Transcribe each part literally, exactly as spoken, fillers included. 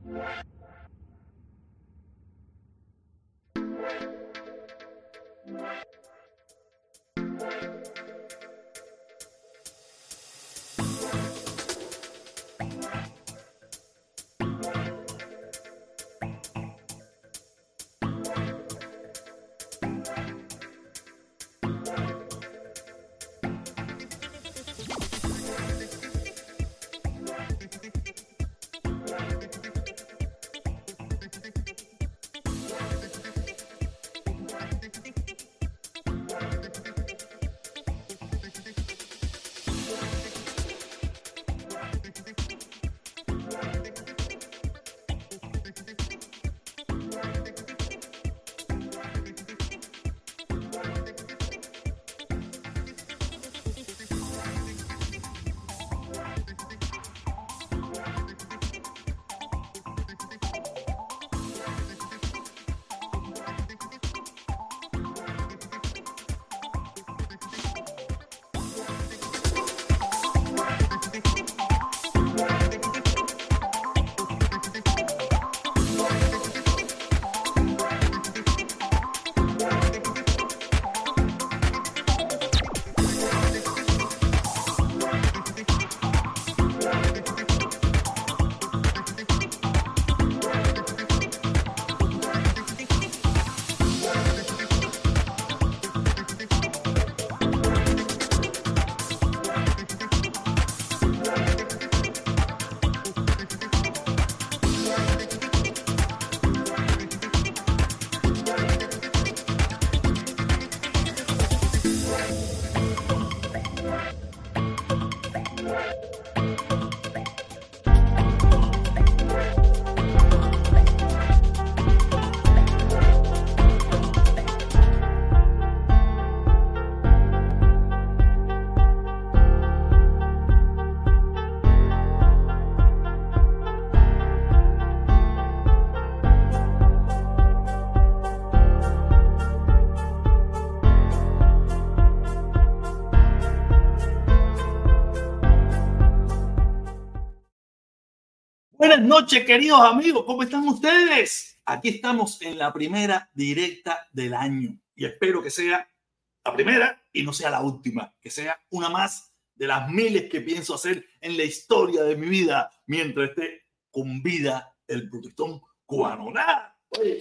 Buenas noches, queridos amigos. ¿Cómo están ustedes? Aquí estamos en la primera directa del año y espero que sea la primera y no sea la última, que sea una más de las miles que pienso hacer en la historia de mi vida mientras esté con vida el protestón cubano. Nada. Oye,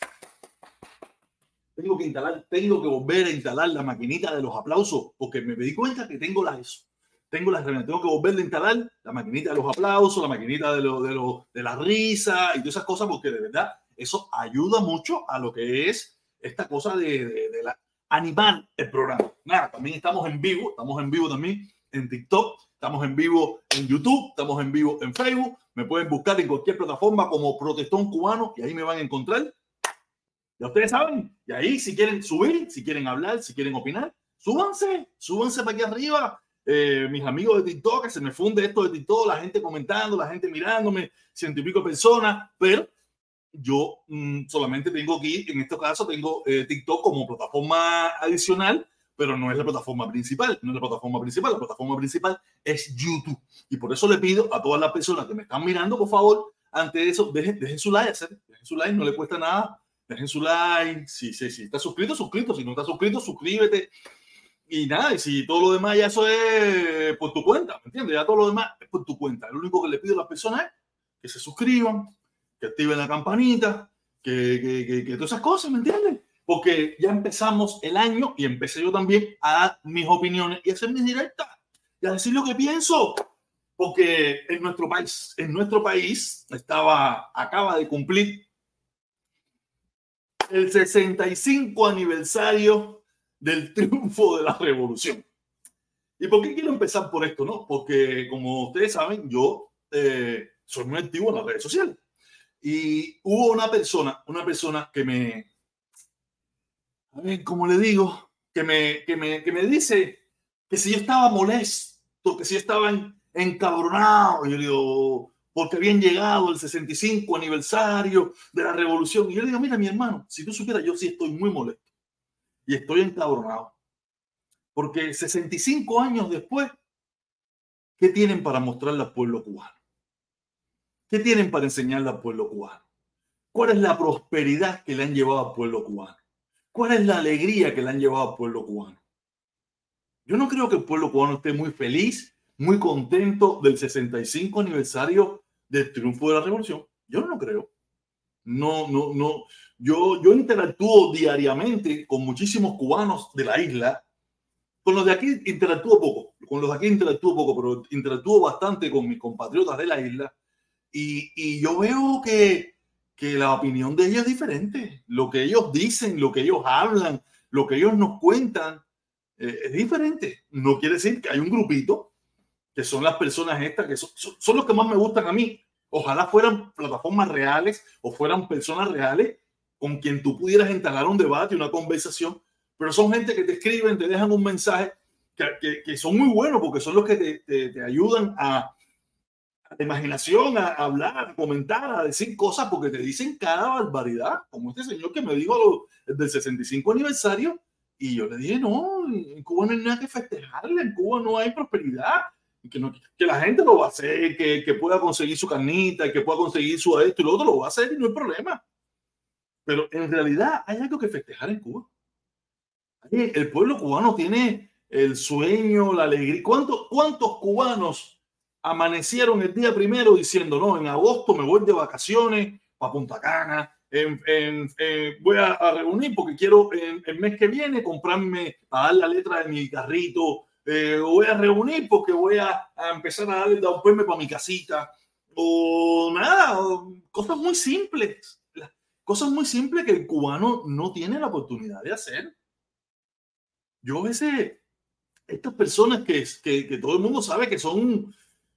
tengo que instalar, tengo que volver a instalar la maquinita de los aplausos porque me di cuenta que tengo las Tengo las tengo que volver a instalar la maquinita de los aplausos, la maquinita de, lo, de, lo, de la risa y todas esas cosas, porque de verdad eso ayuda mucho a lo que es esta cosa de, de, de la, animar el programa. Nada, también estamos en vivo, estamos en vivo también en TikTok, estamos en vivo en YouTube, estamos en vivo en Facebook. Me pueden buscar en cualquier plataforma como Protestón Cubano y ahí me van a encontrar. Ya ustedes saben, y ahí si quieren subir, si quieren hablar, si quieren opinar, súbanse, súbanse para aquí arriba. Eh, mis amigos de TikTok, que se me funde esto de TikTok, la gente comentando, la gente mirándome, ciento y pico personas, pero yo mmm, solamente tengo aquí, en este caso tengo eh, TikTok como plataforma adicional, pero no es la plataforma principal, no es la plataforma principal, la plataforma principal es YouTube. Y por eso le pido a todas las personas que me están mirando, por favor, ante eso, dejen, dejen su like, hacer, dejen su like, no le cuesta nada, dejen su like, si, si, si está suscrito, suscrito, si no está suscrito, suscríbete. Y nada, y si todo lo demás ya eso es por tu cuenta, ¿me entiendes? Ya todo lo demás es por tu cuenta. Lo único que le pido a las personas es que se suscriban, que activen la campanita, que, que, que, que todas esas cosas, ¿me entiendes? Porque ya empezamos el año y empecé yo también a dar mis opiniones y a hacer mis directas y a decir lo que pienso. Porque en nuestro país, en nuestro país estaba, acaba de cumplir el sesenta y cinco aniversario del triunfo de la revolución. ¿Y por qué quiero empezar por esto? ¿No? Porque, como ustedes saben, yo eh, soy muy activo en las redes sociales. Y hubo una persona, una persona que me, a ver, ¿cómo le digo? Que me, que me, que me dice que si yo estaba molesto, que si yo estaba en, encabronado. Y yo digo, porque habían llegado el sesenta y cinco aniversario de la revolución. Y yo le digo, mira, mi hermano, si tú supieras, yo sí estoy muy molesto. Y estoy encabronado. Porque sesenta y cinco años después, ¿qué tienen para mostrarle al pueblo cubano? ¿Qué tienen para enseñarle al pueblo cubano? ¿Cuál es la prosperidad que le han llevado al pueblo cubano? ¿Cuál es la alegría que le han llevado al pueblo cubano? Yo no creo que el pueblo cubano esté muy feliz, muy contento del sesenta y cinco aniversario del triunfo de la revolución. Yo no lo creo. No, no, no. Yo, yo interactúo diariamente con muchísimos cubanos de la isla. Con los de aquí interactúo poco. Con los de aquí interactúo poco, pero interactúo bastante con mis compatriotas de la isla. Y, y yo veo que, que la opinión de ellos es diferente. Lo que ellos dicen, lo que ellos hablan, lo que ellos nos cuentan, eh, es diferente. No quiere decir que hay un grupito que son las personas estas, que son, son, son los que más me gustan a mí. Ojalá fueran plataformas reales o fueran personas reales con quien tú pudieras entablar un debate, una conversación, pero son gente que te escriben, te dejan un mensaje que, que, que son muy buenos porque son los que te, te, te ayudan a, a la imaginación, a, a hablar, a comentar, a decir cosas, porque te dicen cada barbaridad, como este señor que me dijo del sesenta y cinco aniversario, y yo le dije, no, en Cuba no hay nada que festejarle, en Cuba no hay prosperidad, que, no, que la gente lo va a hacer, que, que pueda conseguir su carnita, que pueda conseguir su esto y lo otro, lo va a hacer y no hay problema. Pero en realidad hay algo que festejar en Cuba. El pueblo cubano tiene el sueño, la alegría. ¿Cuántos, cuántos cubanos amanecieron el día primero diciendo, no, en agosto me voy de vacaciones para Punta Cana, en, en, en, voy a, a reunir porque quiero en, el mes que viene comprarme, a dar la letra de mi carrito, eh, voy a reunir porque voy a, a empezar a darle down payment para mi casita, o nada, o cosas muy simples, cosas muy simples que el cubano no tiene la oportunidad de hacer. Yo a veces, estas personas que, que, que todo el mundo sabe que son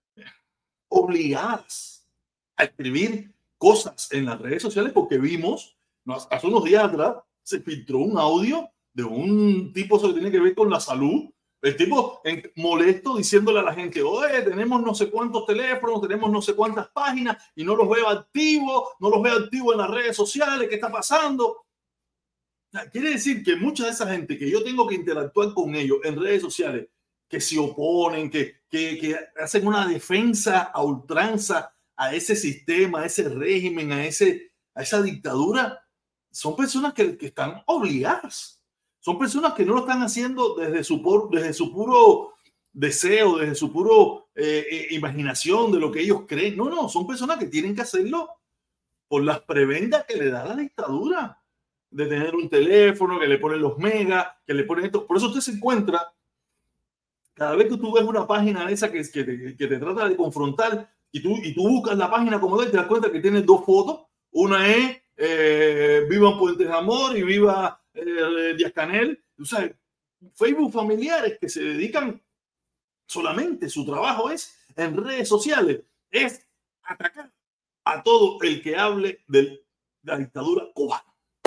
obligadas a escribir cosas en las redes sociales porque vimos, hace unos días atrás, se filtró un audio de un tipo que tiene que ver con la salud. El tipo en, molesto diciéndole a la gente, oye, tenemos no sé cuántos teléfonos, tenemos no sé cuántas páginas y no los veo activos, no los veo activos en las redes sociales, ¿qué está pasando? Quiere decir que mucha de esa gente que yo tengo que interactuar con ellos en redes sociales, que se oponen, que, que, que hacen una defensa a ultranza a ese sistema, a ese régimen, a, ese, a esa dictadura, son personas que, que están obligadas. Son personas que no lo están haciendo desde su, desde su puro deseo, desde su puro eh, eh, imaginación de lo que ellos creen. No, no, son personas que tienen que hacerlo por las prebendas que le da la dictadura. De tener un teléfono, que le ponen los megas, que le ponen esto. Por eso usted se encuentra, cada vez que tú ves una página de esa que, que, te, que te trata de confrontar y tú, y tú buscas la página como tal, te das cuenta que tiene dos fotos. Una es eh, Viva Puentes de Amor y Viva eh, Díaz Canel. O sea, Facebook familiares que se dedican solamente, su trabajo es en redes sociales, es atacar a todo el que hable de la dictadura cubana.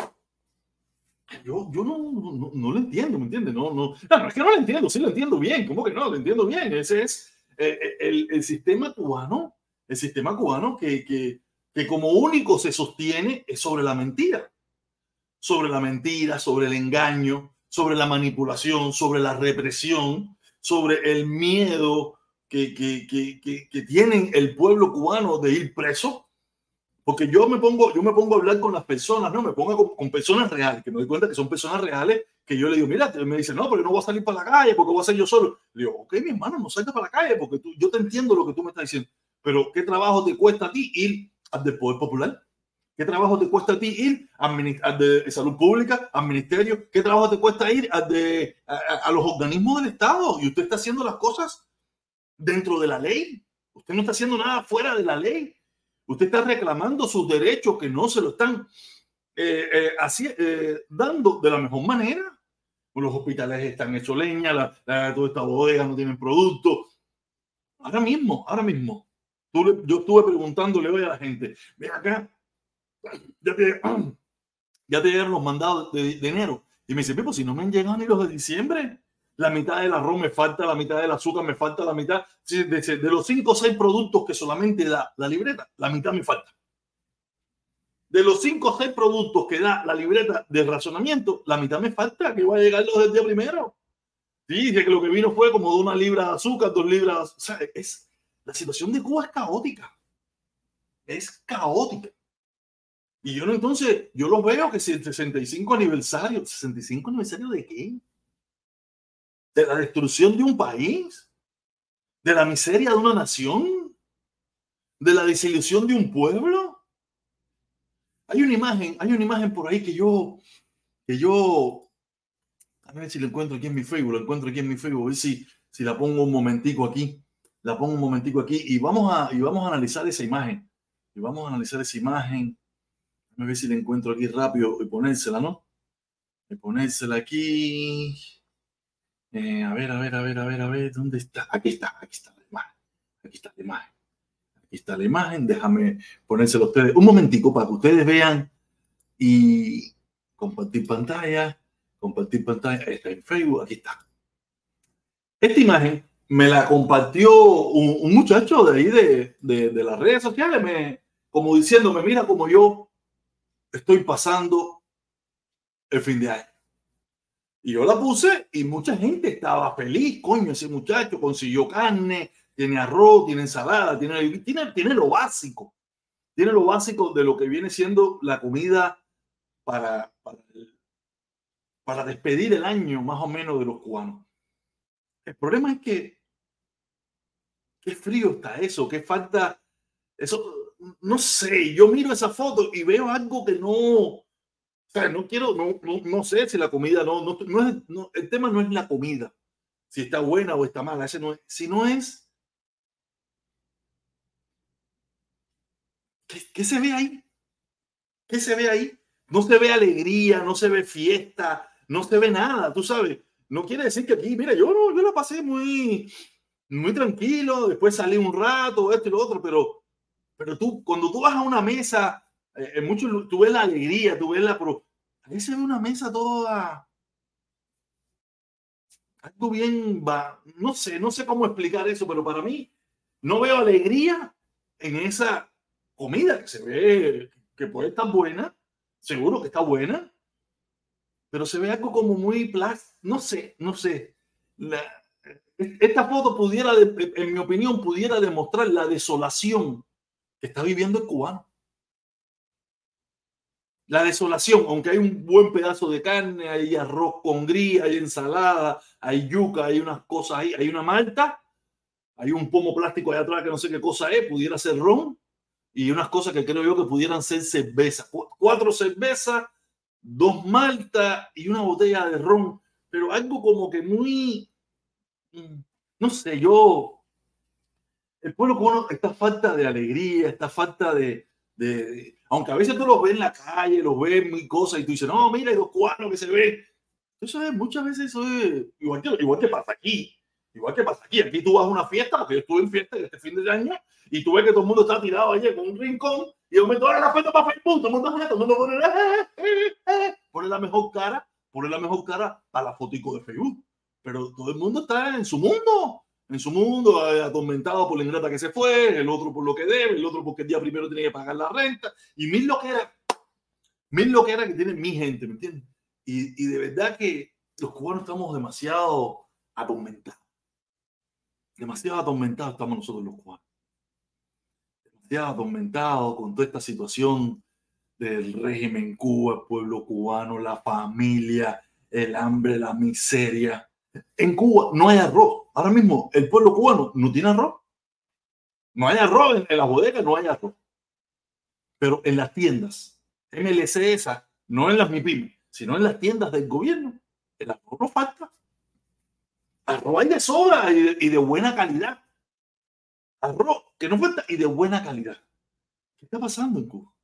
Yo, yo no, no, no lo entiendo, ¿me entiendes? No, no, no, es que no lo entiendo, sí lo entiendo bien, ¿cómo que no? Lo entiendo bien. Ese es eh, el, el sistema cubano, el sistema cubano que, que, que como único se sostiene es sobre la mentira, sobre la mentira, sobre el engaño, sobre la manipulación, sobre la represión, sobre el miedo que, que, que, que, que tienen el pueblo cubano de ir preso. Porque yo me pongo, yo me pongo a hablar con las personas, no, me pongo con, con personas reales, que me doy cuenta que son personas reales, que yo le digo, mira, me dice, no, pero no voy a salir para la calle porque voy a ser yo solo. Le digo, ok, mi hermano, no salgas para la calle porque tú, yo te entiendo lo que tú me estás diciendo, pero ¿qué trabajo te cuesta a ti ir al del Poder Popular? ¿Qué trabajo te cuesta a ti ir al de Salud Pública, al Ministerio? ¿Qué trabajo te cuesta ir al de, a, a los organismos del Estado? Y usted está haciendo las cosas dentro de la ley. Usted no está haciendo nada fuera de la ley. Usted está reclamando sus derechos que no se lo están eh, eh, así, eh, dando de la mejor manera. Los hospitales están hechos leña, la, la, toda esta bodega no tienen producto. Ahora mismo, ahora mismo, tú le, yo estuve preguntándole hoy a la gente, ven acá, ya te, ya te dieron los mandados de, de enero. Y me dice, pues si no me han llegado ni los de diciembre. La mitad del arroz me falta, la mitad del azúcar me falta, la mitad de, de, de los cinco o seis productos que solamente da la libreta, la mitad me falta. De los cinco o seis productos que da la libreta de racionamiento, la mitad me falta, que va a llegar los del día primero. Sí, dice que lo que vino fue como de una libra de azúcar, dos libras. O sea, es, la situación de Cuba es caótica. es caótica. Y yo no, entonces, yo los veo que si el sesenta y cinco aniversario, ¿sesenta y cinco aniversario de qué? ¿De la destrucción de un país? ¿De la miseria de una nación? ¿De la desilusión de un pueblo? Hay una imagen, hay una imagen por ahí que yo, que yo, a ver si la encuentro aquí en mi Facebook, la encuentro aquí en mi Facebook, a ver si, si la pongo un momentico aquí, la pongo un momentico aquí y vamos a, y vamos a analizar esa imagen. Y vamos a analizar esa imagen. A ver si la encuentro aquí rápido y ponérsela, ¿no? Y ponérsela aquí. Eh, a ver, a ver, a ver, a ver, a ver, ¿dónde está? Aquí está, aquí está la imagen. Aquí está la imagen. Aquí está la imagen. Déjame ponérsela a ustedes un momentico para que ustedes vean y compartir pantalla. Compartir pantalla. Está en Facebook, aquí está. Esta imagen me la compartió un, un muchacho de ahí de, de, de las redes sociales, me, como diciéndome, mira como yo estoy pasando el fin de año. Y yo la puse y mucha gente estaba feliz. Coño, ese muchacho consiguió carne, tiene arroz, tiene ensalada, tiene, tiene, tiene lo básico. Tiene lo básico de lo que viene siendo la comida para, para, para despedir el año más o menos de los cubanos. El problema es que qué frío está eso, qué falta eso. No sé, yo miro esa foto y veo algo que no, o sea, no quiero, no, no, no sé si la comida no, no, no es, no, el tema no es la comida, si está buena o está mala, ese no es, sino es, ¿qué, qué se ve ahí? ¿Qué se ve ahí? No se ve alegría, no se ve fiesta, no se ve nada, tú sabes. No quiere decir que aquí, mira, yo, yo la pasé muy, muy tranquilo, después salí un rato, esto y lo otro, pero, pero tú, cuando tú vas a una mesa, eh, en muchos, tú ves la alegría, tú ves la, pero ahí se ve una mesa toda, algo bien, va, no sé, no sé cómo explicar eso, pero para mí no veo alegría en esa comida que se ve que puede estar buena, seguro que está buena, pero se ve algo como muy plas, no sé, no sé. La, esta foto pudiera, en mi opinión, pudiera demostrar la desolación que está viviendo el cubano. La desolación, aunque hay un buen pedazo de carne, hay arroz con gris, hay ensalada, hay yuca, hay unas cosas ahí, hay una malta, hay un pomo plástico allá atrás que no sé qué cosa es, pudiera ser ron, y unas cosas que creo yo que pudieran ser cerveza. Cuatro cervezas, dos maltas y una botella de ron, pero algo como que muy, no sé, yo, el pueblo cubano está falta de alegría, está falta de, de, de, aunque a veces tú los ves en la calle, los ves muy cosas y tú dices, no, mira, hay los cubanos que se ven. Eso es, muchas veces eso es, igual que, igual que pasa aquí, igual que pasa aquí. Aquí tú vas a una fiesta, porque yo estuve en fiesta este fin de año, y tú ves que todo el mundo está tirado allí con un rincón, y de momento, ahora la fiesta para Facebook, todo el mundo, todo el mundo pone, eh, eh, eh, pone la mejor cara, pone la mejor cara a la fotico de Facebook. Pero todo el mundo está en su mundo, en su mundo, eh, atormentado por la ingrata que se fue, el otro por lo que debe, el otro porque el día primero tiene que pagar la renta, y mil lo que era, mil lo que era que tiene mi gente, ¿me entiendes? Y, y de verdad que los cubanos estamos demasiado atormentados. Demasiado atormentados estamos nosotros los cubanos. Demasiado atormentados con toda esta situación del régimen en Cuba, el pueblo cubano, la familia, el hambre, la miseria. En Cuba no hay arroz. Ahora mismo el pueblo cubano no tiene arroz. No hay arroz en, en las bodegas, no hay arroz. Pero en las tiendas, M L C esa, no en las MIPIMES, sino en las tiendas del gobierno, el arroz no falta. Arroz hay de sobra y de, y de buena calidad. Arroz que no falta y de buena calidad. ¿Qué está pasando en Cuba?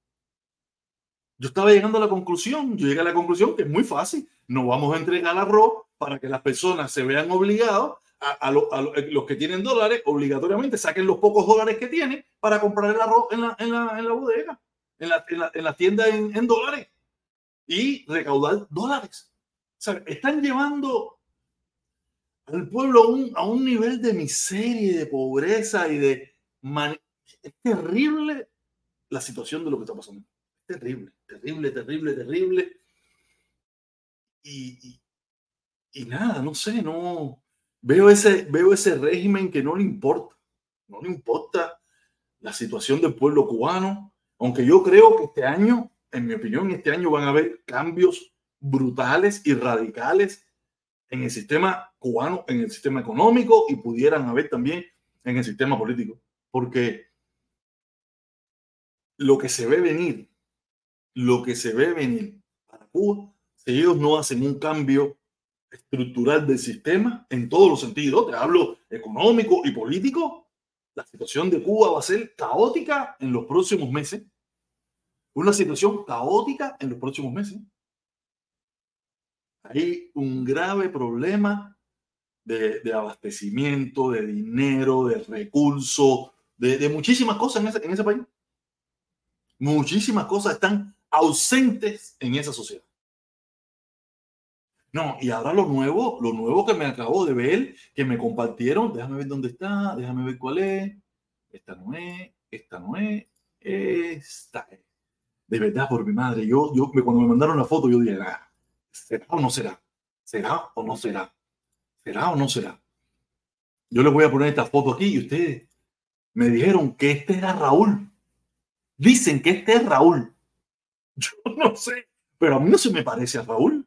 Yo estaba llegando a la conclusión, yo llegué a la conclusión que es muy fácil. No vamos a entregar arroz para que las personas se vean obligados a, a, lo, a lo, los que tienen dólares, obligatoriamente saquen los pocos dólares que tienen para comprar el arroz en la, en la, en la bodega, en la, en la, en la tienda en, en dólares y recaudar dólares. O sea, están llevando al pueblo a un, a un nivel de miseria y de pobreza y de... Man... Es terrible la situación de lo que está pasando. Es terrible, terrible, terrible, terrible. Y, y, y nada, no sé, no... Veo ese, veo ese régimen que no le importa. No le importa la situación del pueblo cubano, aunque yo creo que este año, en mi opinión, este año van a haber cambios brutales y radicales en el sistema cubano, en el sistema económico y pudieran haber también en el sistema político. Porque lo que se ve venir, lo que se ve venir para Cuba, si ellos no hacen un cambio estructural del sistema en todos los sentidos, te hablo económico y político, la situación de Cuba va a ser caótica en los próximos meses. Una situación caótica en los próximos meses. Hay un grave problema de, de abastecimiento, de dinero, de recursos, de, de muchísimas cosas en ese, en ese país. Muchísimas cosas están ausentes en esa sociedad. No, y ahora lo nuevo, lo nuevo que me acabo de ver, que me compartieron, déjame ver dónde está, déjame ver cuál es. Esta no es, esta no es, esta es. De verdad, por mi madre, yo, yo cuando me mandaron la foto, yo dije, ah, ¿será o no será? ¿Será o no será? ¿Será o no será? Yo les voy a poner esta foto aquí y ustedes me dijeron que este era Raúl. Dicen que este es Raúl. Yo no sé, pero a mí no se me parece a Raúl.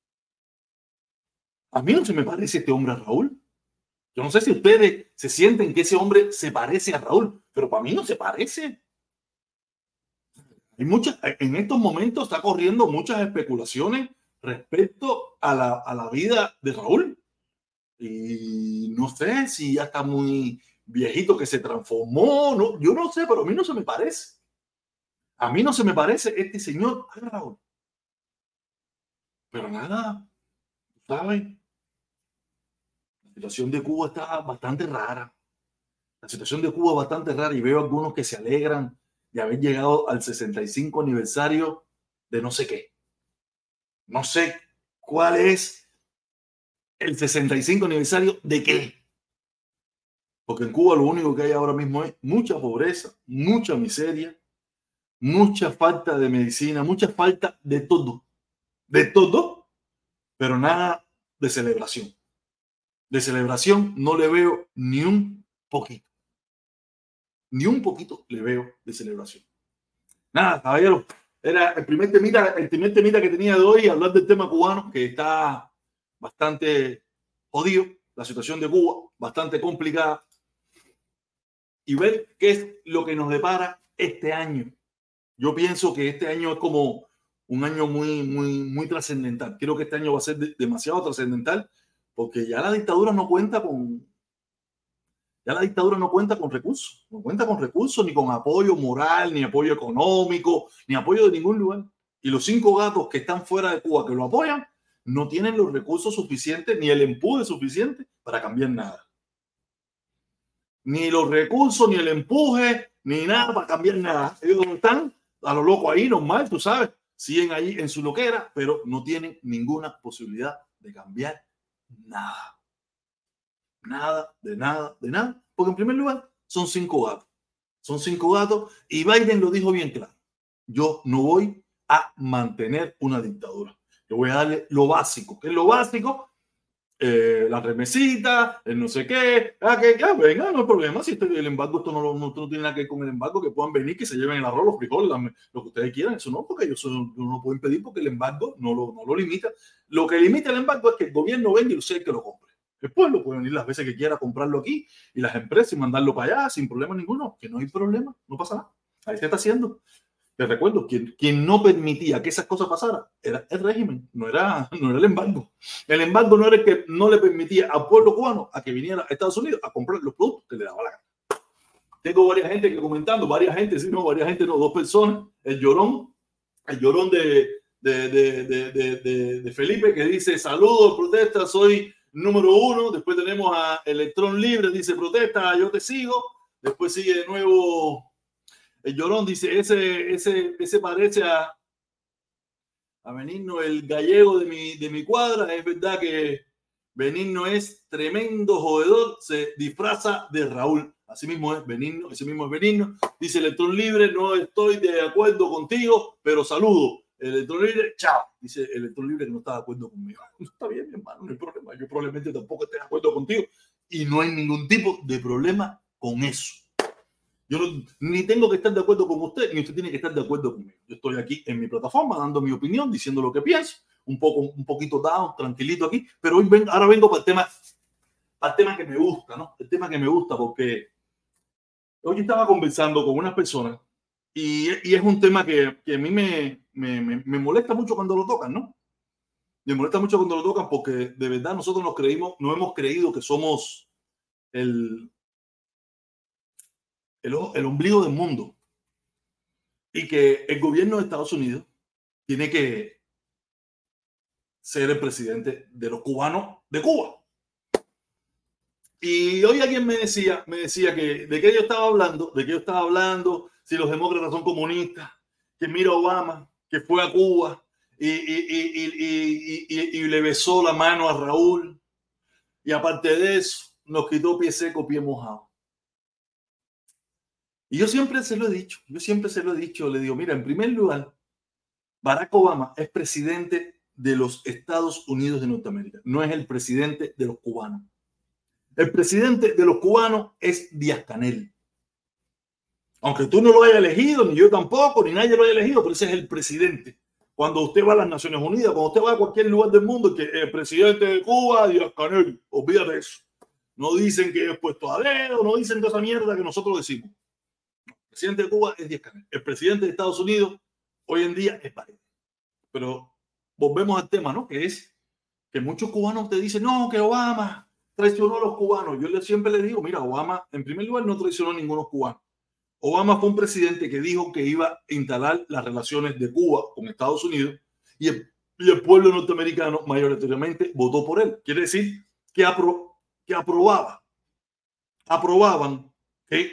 A mí no se me parece este hombre a Raúl. Yo no sé si ustedes se sienten que ese hombre se parece a Raúl, pero para mí no se parece. Hay muchas, en estos momentos está corriendo muchas especulaciones respecto a la, a la vida de Raúl. Y no sé si ya está muy viejito que se transformó. No, yo no sé, pero a mí no se me parece. A mí no se me parece este señor a Raúl. Pero nada, ¿saben? La situación de Cuba está bastante rara. La situación de Cuba es bastante rara y veo algunos que se alegran de haber llegado al sesenta y cinco aniversario de no sé qué. No sé cuál es el sesenta y cinco aniversario de qué. Porque en Cuba lo único que hay ahora mismo es mucha pobreza, mucha miseria, mucha falta de medicina, mucha falta de todo. De todo, pero nada de celebración. De celebración no le veo ni un poquito. Ni un poquito le veo de celebración. Nada, caballero. Era el primer temita, el primer temita que tenía de hoy, hablar del tema cubano, que está bastante jodido, la situación de Cuba, bastante complicada, y ver qué es lo que nos depara este año. Yo pienso que este año es como un año muy, muy, muy trascendental. Creo que este año va a ser de, demasiado trascendental, porque ya la dictadura no cuenta con, ya la dictadura no cuenta con recursos, no cuenta con recursos, ni con apoyo moral, ni apoyo económico, ni apoyo de ningún lugar. Y los cinco gatos que están fuera de Cuba, que lo apoyan, no tienen los recursos suficientes, ni el empuje suficiente para cambiar nada. Ni los recursos, ni el empuje, ni nada para cambiar nada. Ellos están a lo loco ahí, normal, tú sabes, siguen ahí en su loquera, pero no tienen ninguna posibilidad de cambiar nada. Nada, de nada, de nada. Porque en primer lugar, son cinco gatos. Son cinco gatos y Biden lo dijo bien claro. Yo no voy a mantener una dictadura. Yo voy a darle lo básico. ¿Qué es lo básico? Eh, la remesita, el no sé qué. Ah, que ya venga, no hay problema. Si este, el embargo, esto no, no, no tiene nada que ver con el embargo, que puedan venir, que se lleven el arroz, los frijoles, la, lo que ustedes quieran. Eso no, porque yo no lo puedo impedir porque el embargo no lo, no lo limita. Lo que limita el embargo es que el gobierno venga y usted que lo compre. Después lo pueden ir las veces que quiera comprarlo aquí y las empresas y mandarlo para allá sin problema ninguno, que no hay problema, no pasa nada. Ahí se está haciendo. Les recuerdo, quien, quien no permitía que esas cosas pasaran era el régimen, no era, no era el embargo. El embargo no era el que no le permitía al pueblo cubano a que viniera a Estados Unidos a comprar los productos que le daba la gana. Tengo varias gente que comentando, varias gente, sí, no, varias gente, no, dos personas, el llorón, el llorón de, de, de, de, de, de, de Felipe que dice, saludos, protesta, soy número uno. Después tenemos a Electrón Libre, dice, protesta, yo te sigo. Después sigue de nuevo el llorón, dice, ese, ese, ese parece a, a Benigno, el gallego de mi, de mi cuadra. Es verdad que Benigno es tremendo jodedor, se disfraza de Raúl. Así mismo es Benigno, ese mismo es Benigno. Dice Electrón Libre, no estoy de acuerdo contigo, pero saludo. Electrón Libre, chao. Dice Electrón Libre que no está de acuerdo conmigo. No está bien, mi hermano, no hay problema. Yo probablemente tampoco esté de acuerdo contigo y no hay ningún tipo de problema con eso. Yo no, ni tengo que estar de acuerdo con usted, ni usted tiene que estar de acuerdo conmigo. Yo estoy aquí en mi plataforma dando mi opinión, diciendo lo que pienso, un poco, un poquito down, tranquilito aquí, pero hoy ven, ahora vengo para el tema, para el tema que me gusta, ¿no? El tema que me gusta porque hoy estaba conversando con unas personas y, y es un tema que, que a mí me, me, me, me molesta mucho cuando lo tocan, ¿no? Me molesta mucho cuando lo tocan porque de verdad nosotros nos creímos, no hemos creído que somos el, el, el ombligo del mundo y que el gobierno de Estados Unidos tiene que ser el presidente de los cubanos de Cuba. Y hoy alguien me decía, me decía que de qué yo estaba hablando, de qué yo estaba hablando, si los demócratas son comunistas, que mira Obama, que fue a Cuba y, y, y, y, y, y le besó la mano a Raúl. Y aparte de eso, nos quitó pie seco, pie mojado. Y yo siempre se lo he dicho, yo siempre se lo he dicho, le digo, mira, en primer lugar, Barack Obama es presidente de los Estados Unidos de Norteamérica, no es el presidente de los cubanos. El presidente de los cubanos es Díaz-Canel. Aunque tú no lo hayas elegido, ni yo tampoco, ni nadie lo haya elegido, pero ese es el presidente. Cuando usted va a las Naciones Unidas, cuando usted va a cualquier lugar del mundo, que el presidente de Cuba, Díaz-Canel, olvídate de eso. No dicen que es puesto a dedo, no dicen toda esa mierda que nosotros decimos. El presidente de Cuba es Díaz-Canel. El presidente de Estados Unidos hoy en día es Biden. Pero volvemos al tema, ¿no? Que es que muchos cubanos te dicen, no, que Obama traicionó a los cubanos. Yo siempre le digo, mira, Obama en primer lugar no traicionó a ninguno cubano. Obama fue un presidente que dijo que iba a instalar las relaciones de Cuba con Estados Unidos y el, y el pueblo norteamericano mayoritariamente votó por él. Quiere decir que, apro, que aprobaba, aprobaban que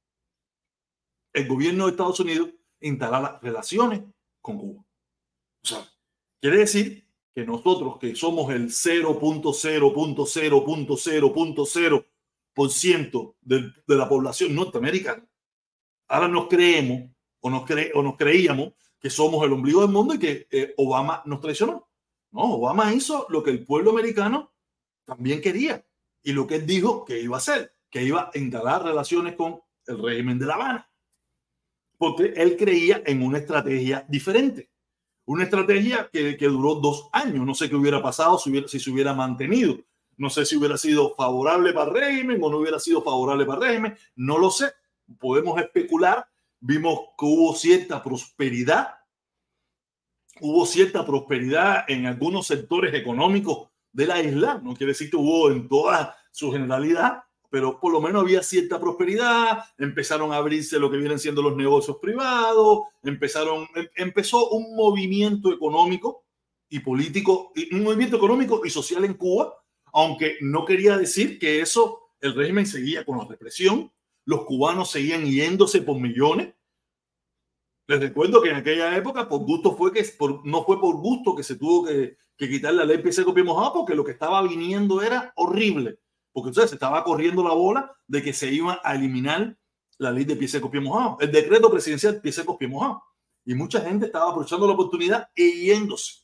el gobierno de Estados Unidos instalara relaciones con Cuba. O sea, quiere decir que nosotros, que somos el cero punto cero punto cero punto cero punto cero por ciento de, de la población norteamericana, ahora nos creemos o nos, cre o nos creíamos que somos el ombligo del mundo y que eh, Obama nos traicionó. No, Obama hizo lo que el pueblo americano también quería y lo que él dijo que iba a hacer, que iba a instalar relaciones con el régimen de La Habana, porque él creía en una estrategia diferente. Una estrategia que, que duró dos años. No sé qué hubiera pasado si, hubiera, si se hubiera mantenido. No sé si hubiera sido favorable para el régimen o no hubiera sido favorable para el régimen. No lo sé. Podemos especular. Vimos que hubo cierta prosperidad. Hubo cierta prosperidad en algunos sectores económicos de la isla. No quiere decir que hubo en toda su generalidad, pero por lo menos había cierta prosperidad, empezaron a abrirse lo que vienen siendo los negocios privados, empezaron, empezó un movimiento económico y político, un movimiento económico y social en Cuba, aunque no quería decir que eso, el régimen seguía con la represión, los cubanos seguían yéndose por millones. Les recuerdo que en aquella época por gusto fue que, por, no fue por gusto que se tuvo que, que quitar la ley pie seco, pie mojado, porque lo que estaba viniendo era horrible. Porque entonces se estaba corriendo la bola de que se iba a eliminar la ley de pie seco, pie mojado, el decreto presidencial pie seco, pie mojado. Y mucha gente estaba aprovechando la oportunidad e yéndose.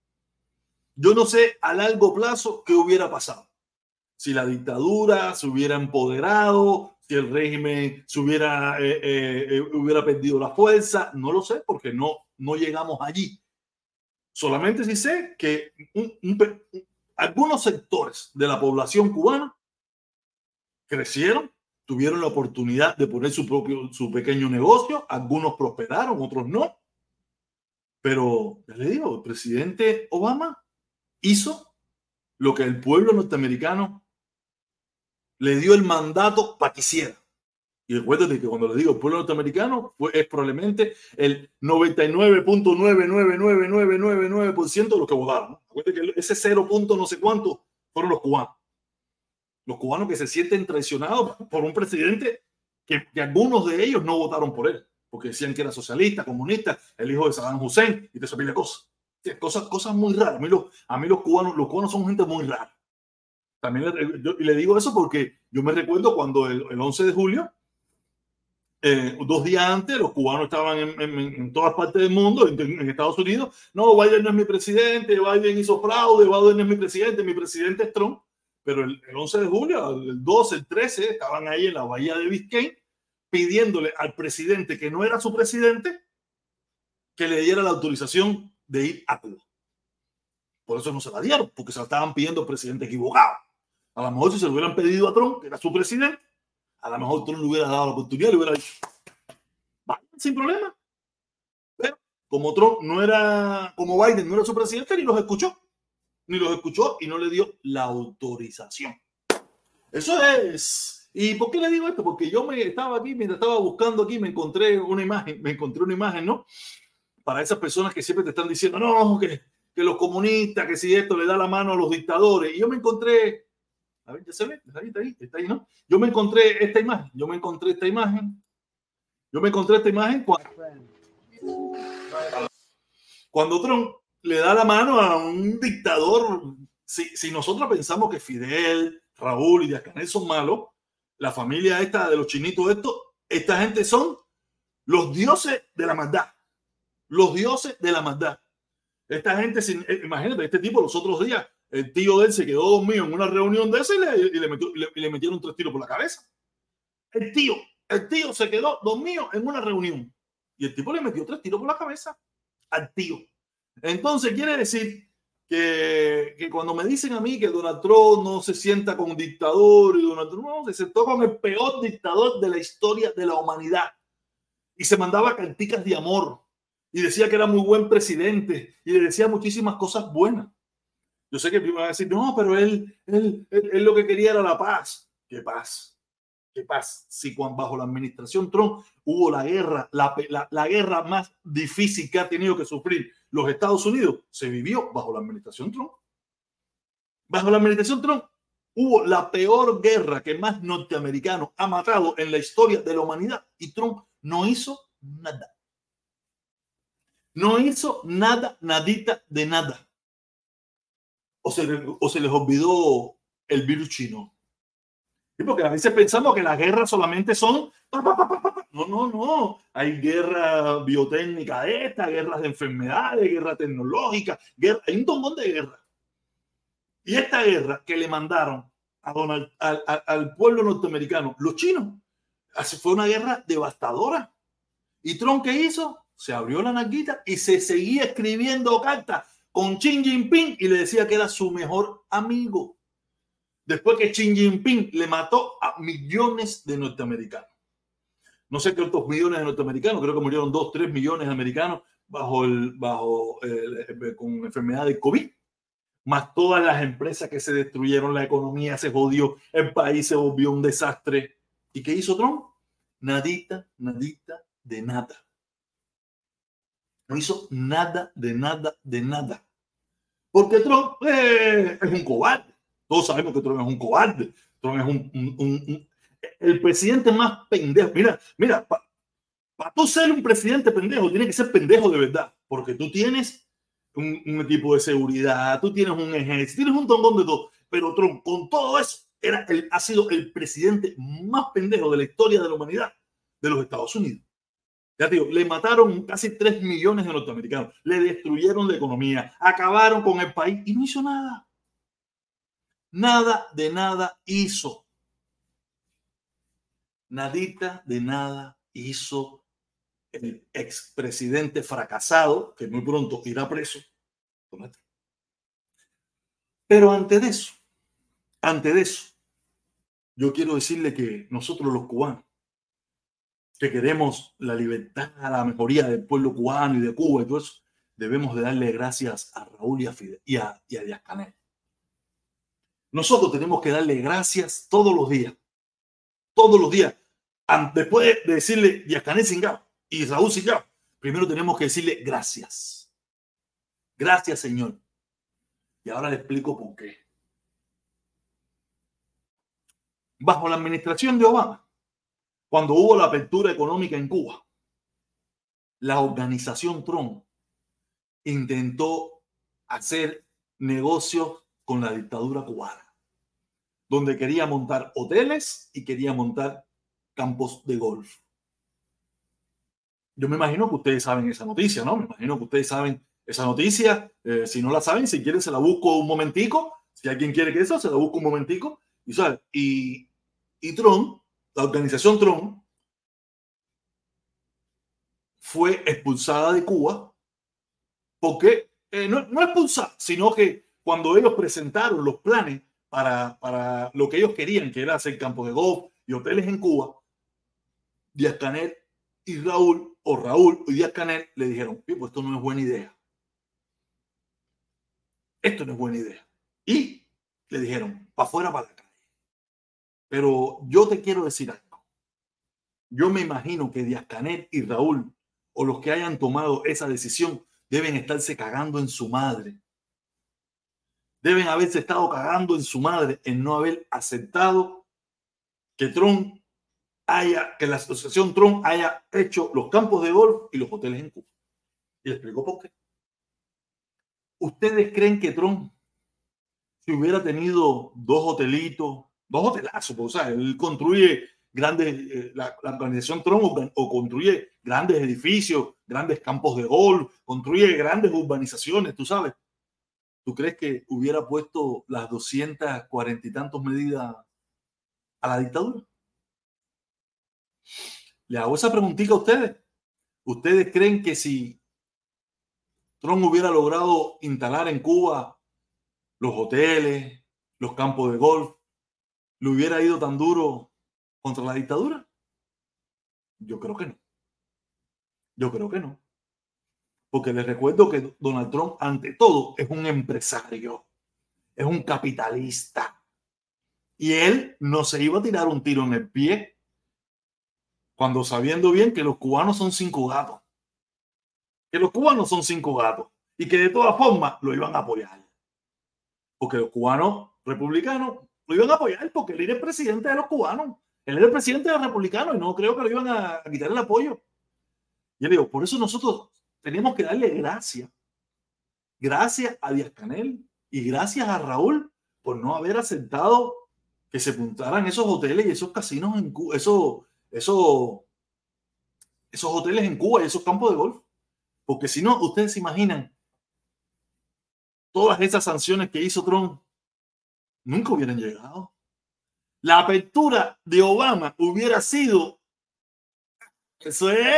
Yo no sé a largo plazo qué hubiera pasado. Si la dictadura se hubiera empoderado, si el régimen se hubiera, eh, eh, hubiera perdido la fuerza, no lo sé porque no, no llegamos allí. Solamente sí sé que un, un, un, algunos sectores de la población cubana crecieron, tuvieron la oportunidad de poner su propio, su pequeño negocio, algunos prosperaron, otros no. Pero, ya le digo, el presidente Obama hizo lo que el pueblo norteamericano le dio el mandato para que hiciera. Y recuérdate que cuando le digo el pueblo norteamericano, pues es probablemente el noventa y nueve punto nueve nueve nueve nueve nueve nueve por ciento de los que votaron, ¿no? Recuérdate que ese cero punto no sé cuánto fueron los cubanos. Los cubanos que se sienten traicionados por un presidente que, que algunos de ellos no votaron por él, porque decían que era socialista, comunista, el hijo de Saddam Hussein y te sabía cosas. Cosas, cosas muy raras. A mí, los, a mí los cubanos, los cubanos son gente muy rara. También le, yo, y le digo eso porque yo me recuerdo cuando el, el once de julio, eh, dos días antes, los cubanos estaban en, en, en todas partes del mundo, en, en Estados Unidos. No, Biden no es mi presidente, Biden hizo fraude, Biden no es mi presidente, mi presidente es Trump. Pero el, el once de julio, el doce, el trece, estaban ahí en la bahía de Biscayne pidiéndole al presidente que no era su presidente que le diera la autorización de ir a Cuba. Por eso no se la dieron, porque se la estaban pidiendo al presidente equivocado. A lo mejor si se lo hubieran pedido a Trump, que era su presidente, a lo mejor Trump le hubiera dado la oportunidad, le hubiera dicho, vaya, sin problema. Pero como Trump no era, como Biden no era su presidente, ni los escuchó, ni los escuchó y no le dio la autorización. Eso es. ¿Y por qué le digo esto? Porque yo me estaba aquí, mientras estaba buscando aquí, me encontré una imagen, me encontré una imagen, ¿no? Para esas personas que siempre te están diciendo, no, que, que los comunistas, que si esto le da la mano a los dictadores. Y yo me encontré, a ver, ya se ve, está ahí, está ahí, está ahí, ¿no? Yo me encontré esta imagen, yo me encontré esta imagen, yo me encontré esta imagen cuando, cuando Trump le da la mano a un dictador. Si, si nosotros pensamos que Fidel, Raúl y Díaz-Canel son malos, la familia esta de los chinitos, estos, esta gente son los dioses de la maldad. Los dioses de la maldad. Esta gente, sin, imagínate, este tipo los otros días, el tío de él se quedó dormido en una reunión de esa y le, y le, metió, y le, y le metieron tres tiros por la cabeza. El tío, el tío se quedó dormido en una reunión y el tipo le metió tres tiros por la cabeza al tío. Entonces quiere decir que, que cuando me dicen a mí que Donald Trump no se sienta con un dictador y Donald Trump no, se sentó con el peor dictador de la historia de la humanidad y se mandaba canticas de amor y decía que era muy buen presidente y le decía muchísimas cosas buenas. Yo sé que me van a decir, no, pero él, él, él, él lo que quería era la paz. ¿Qué paz? ¿Qué paz? Si cuando bajo la administración Trump hubo la guerra, la, la, la guerra más difícil que ha tenido que sufrir los Estados Unidos, se vivió bajo la administración Trump. Bajo la administración Trump hubo la peor guerra que más norteamericanos ha matado en la historia de la humanidad y Trump no hizo nada. No hizo nada, nadita de nada. O se, o se les olvidó el virus chino. Sí, porque a veces pensamos que las guerras solamente son... No, no, no. Hay guerra biotécnica de esta, guerras de enfermedades, guerra tecnológica, guerra... hay un montón de guerras. Y esta guerra que le mandaron a Donald, al, al, al pueblo norteamericano, los chinos, fue una guerra devastadora. ¿Y Trump qué hizo? Se abrió la nalguita y se seguía escribiendo cartas con Xi Jinping y le decía que era su mejor amigo. Después que Xi Jinping le mató a millones de norteamericanos. No sé cuántos millones de norteamericanos, creo que murieron dos, tres millones de americanos bajo el, bajo, eh, con enfermedad de COVID. Más todas las empresas que se destruyeron, la economía se jodió, el país se volvió un desastre. ¿Y qué hizo Trump? Nadita, nadita de nada. No hizo nada, de nada, de nada. Porque Trump eh, es un cobarde. Todos sabemos que Trump es un cobarde. Trump es un, un, un, un el presidente más pendejo. Mira, mira, para pa tú ser un presidente pendejo, tienes que ser pendejo de verdad. Porque tú tienes un, un equipo de seguridad, tú tienes un ejército, tienes un tongón de todo. Pero Trump, con todo eso, era el, ha sido el presidente más pendejo de la historia de la humanidad de los Estados Unidos. Ya te digo, le mataron casi tres millones de norteamericanos, le destruyeron la economía, acabaron con el país y no hizo nada. Nada de nada hizo. Nadita de nada hizo el expresidente fracasado, que muy pronto irá preso. Pero antes de eso, antes de eso, yo quiero decirle que nosotros los cubanos, que queremos la libertad, la mejoría del pueblo cubano y de Cuba y todo eso, debemos de darle gracias a Raúl y a, Fidel, y a, y a Díaz-Canel. Nosotros tenemos que darle gracias todos los días, todos los días. Después de decirle Díaz-Canel cingado y Raúl cingado, primero tenemos que decirle gracias. Gracias, Señor. Y ahora le explico por qué. Bajo la administración de Obama, cuando hubo la apertura económica en Cuba, la organización Trump intentó hacer negocios con la dictadura cubana, donde quería montar hoteles y quería montar campos de golf. Yo me imagino que ustedes saben esa noticia, ¿no? Me imagino que ustedes saben esa noticia. Eh, si no la saben, si quieren se la busco un momentico. Si alguien quiere que eso, se la busco un momentico. Y, ¿sabes? y, y Trump, la organización Trump, fue expulsada de Cuba porque, eh, no, no expulsada, sino que cuando ellos presentaron los planes para, para lo que ellos querían, que era hacer campos de golf y hoteles en Cuba, Díaz-Canel y Raúl, o Raúl y Díaz-Canel, le dijeron, pues esto no es buena idea. Esto no es buena idea. Y le dijeron, para afuera, para la calle. Pero yo te quiero decir algo. Yo me imagino que Díaz-Canel y Raúl, o los que hayan tomado esa decisión, deben estarse cagando en su madre. Deben haberse estado cagando en su madre en no haber aceptado que Trump haya, que la asociación Trump haya hecho los campos de golf y los hoteles en Cuba. Y le explico por qué. ¿Ustedes creen que Trump, si hubiera tenido dos hotelitos, dos hotelazos, pues, o sea, él construye grandes, eh, la, la organización Trump o, o construye grandes edificios, grandes campos de golf, construye grandes urbanizaciones, tú sabes? ¿Tú crees que hubiera puesto las doscientas cuarenta y tantas medidas a la dictadura? Le hago esa preguntita a ustedes. ¿Ustedes creen que si Trump hubiera logrado instalar en Cuba los hoteles, los campos de golf, le hubiera ido tan duro contra la dictadura? Yo creo que no. Yo creo que no. Porque les recuerdo que Donald Trump, ante todo, es un empresario, es un capitalista. Y él no se iba a tirar un tiro en el pie cuando sabiendo bien que los cubanos son cinco gatos. Que los cubanos son cinco gatos. Y que de todas formas lo iban a apoyar. Porque los cubanos republicanos lo iban a apoyar porque él era el presidente de los cubanos. Él era el presidente de los republicanos y no creo que lo iban a quitar el apoyo. Y yo digo, por eso nosotros tenemos que darle gracias. Gracias a Díaz-Canel y gracias a Raúl por no haber aceptado que se montaran esos hoteles y esos casinos en Cuba, esos, esos, esos hoteles en Cuba y esos campos de golf. Porque si no, ustedes se imaginan, todas esas sanciones que hizo Trump nunca hubieran llegado. La apertura de Obama hubiera sido, eso es,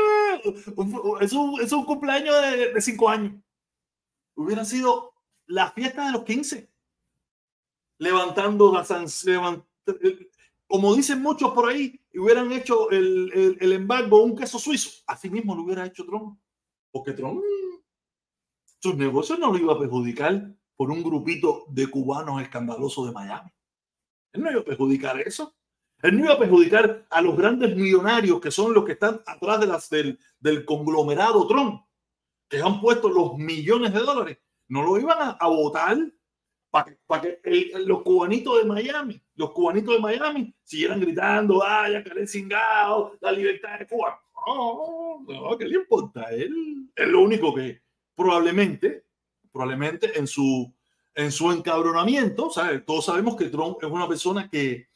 es, un, es un cumpleaños de, de cinco años. Hubiera sido la fiesta de los quince. Levantando la sanción, como dicen muchos por ahí, hubieran hecho el, el, el embargo un queso suizo. Así mismo lo hubiera hecho Trump. Porque Trump, sus negocios no lo iba a perjudicar por un grupito de cubanos escandalosos de Miami. Él no iba a perjudicar eso. Él no iba a perjudicar a los grandes millonarios que son los que están atrás de las, del, del conglomerado Trump, que han puesto los millones de dólares. No lo iban a, a votar para que, pa que el, los cubanitos de Miami, los cubanitos de Miami siguieran gritando, vaya, que el cingado, la libertad de Cuba. No, no, ¿qué le importa? Él es lo único que probablemente, probablemente en su, en su encabronamiento, ¿sabes? Todos sabemos que Trump es una persona que,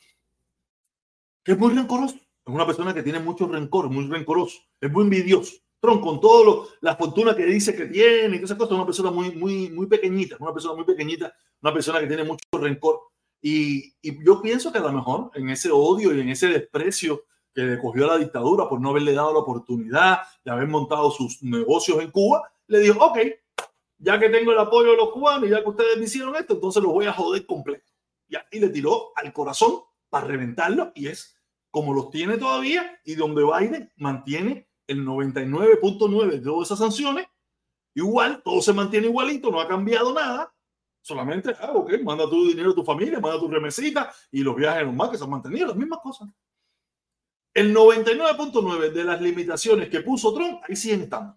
que es muy rencoroso, es una persona que tiene mucho rencor, muy rencoroso, es muy envidioso. Trump, con toda la fortuna que dice que tiene y todas esas cosas, es una persona muy, muy, muy pequeñita, una persona muy pequeñita, una persona que tiene mucho rencor. Y, y yo pienso que a lo mejor en ese odio y en ese desprecio que le cogió a la dictadura por no haberle dado la oportunidad de haber montado sus negocios en Cuba, le dijo, ok, ya que tengo el apoyo de los cubanos y ya que ustedes me hicieron esto, entonces los voy a joder completo. Y le tiró al corazón para reventarlo y es como los tiene todavía y donde Biden mantiene el noventa y nueve punto nueve de todas esas sanciones, igual, todo se mantiene igualito, no ha cambiado nada, solamente, ah, ok, manda tu dinero a tu familia, manda tu remesita y los viajes normal que se han mantenido, las mismas cosas. El noventa y nueve punto nueve de las limitaciones que puso Trump, ahí siguen estando.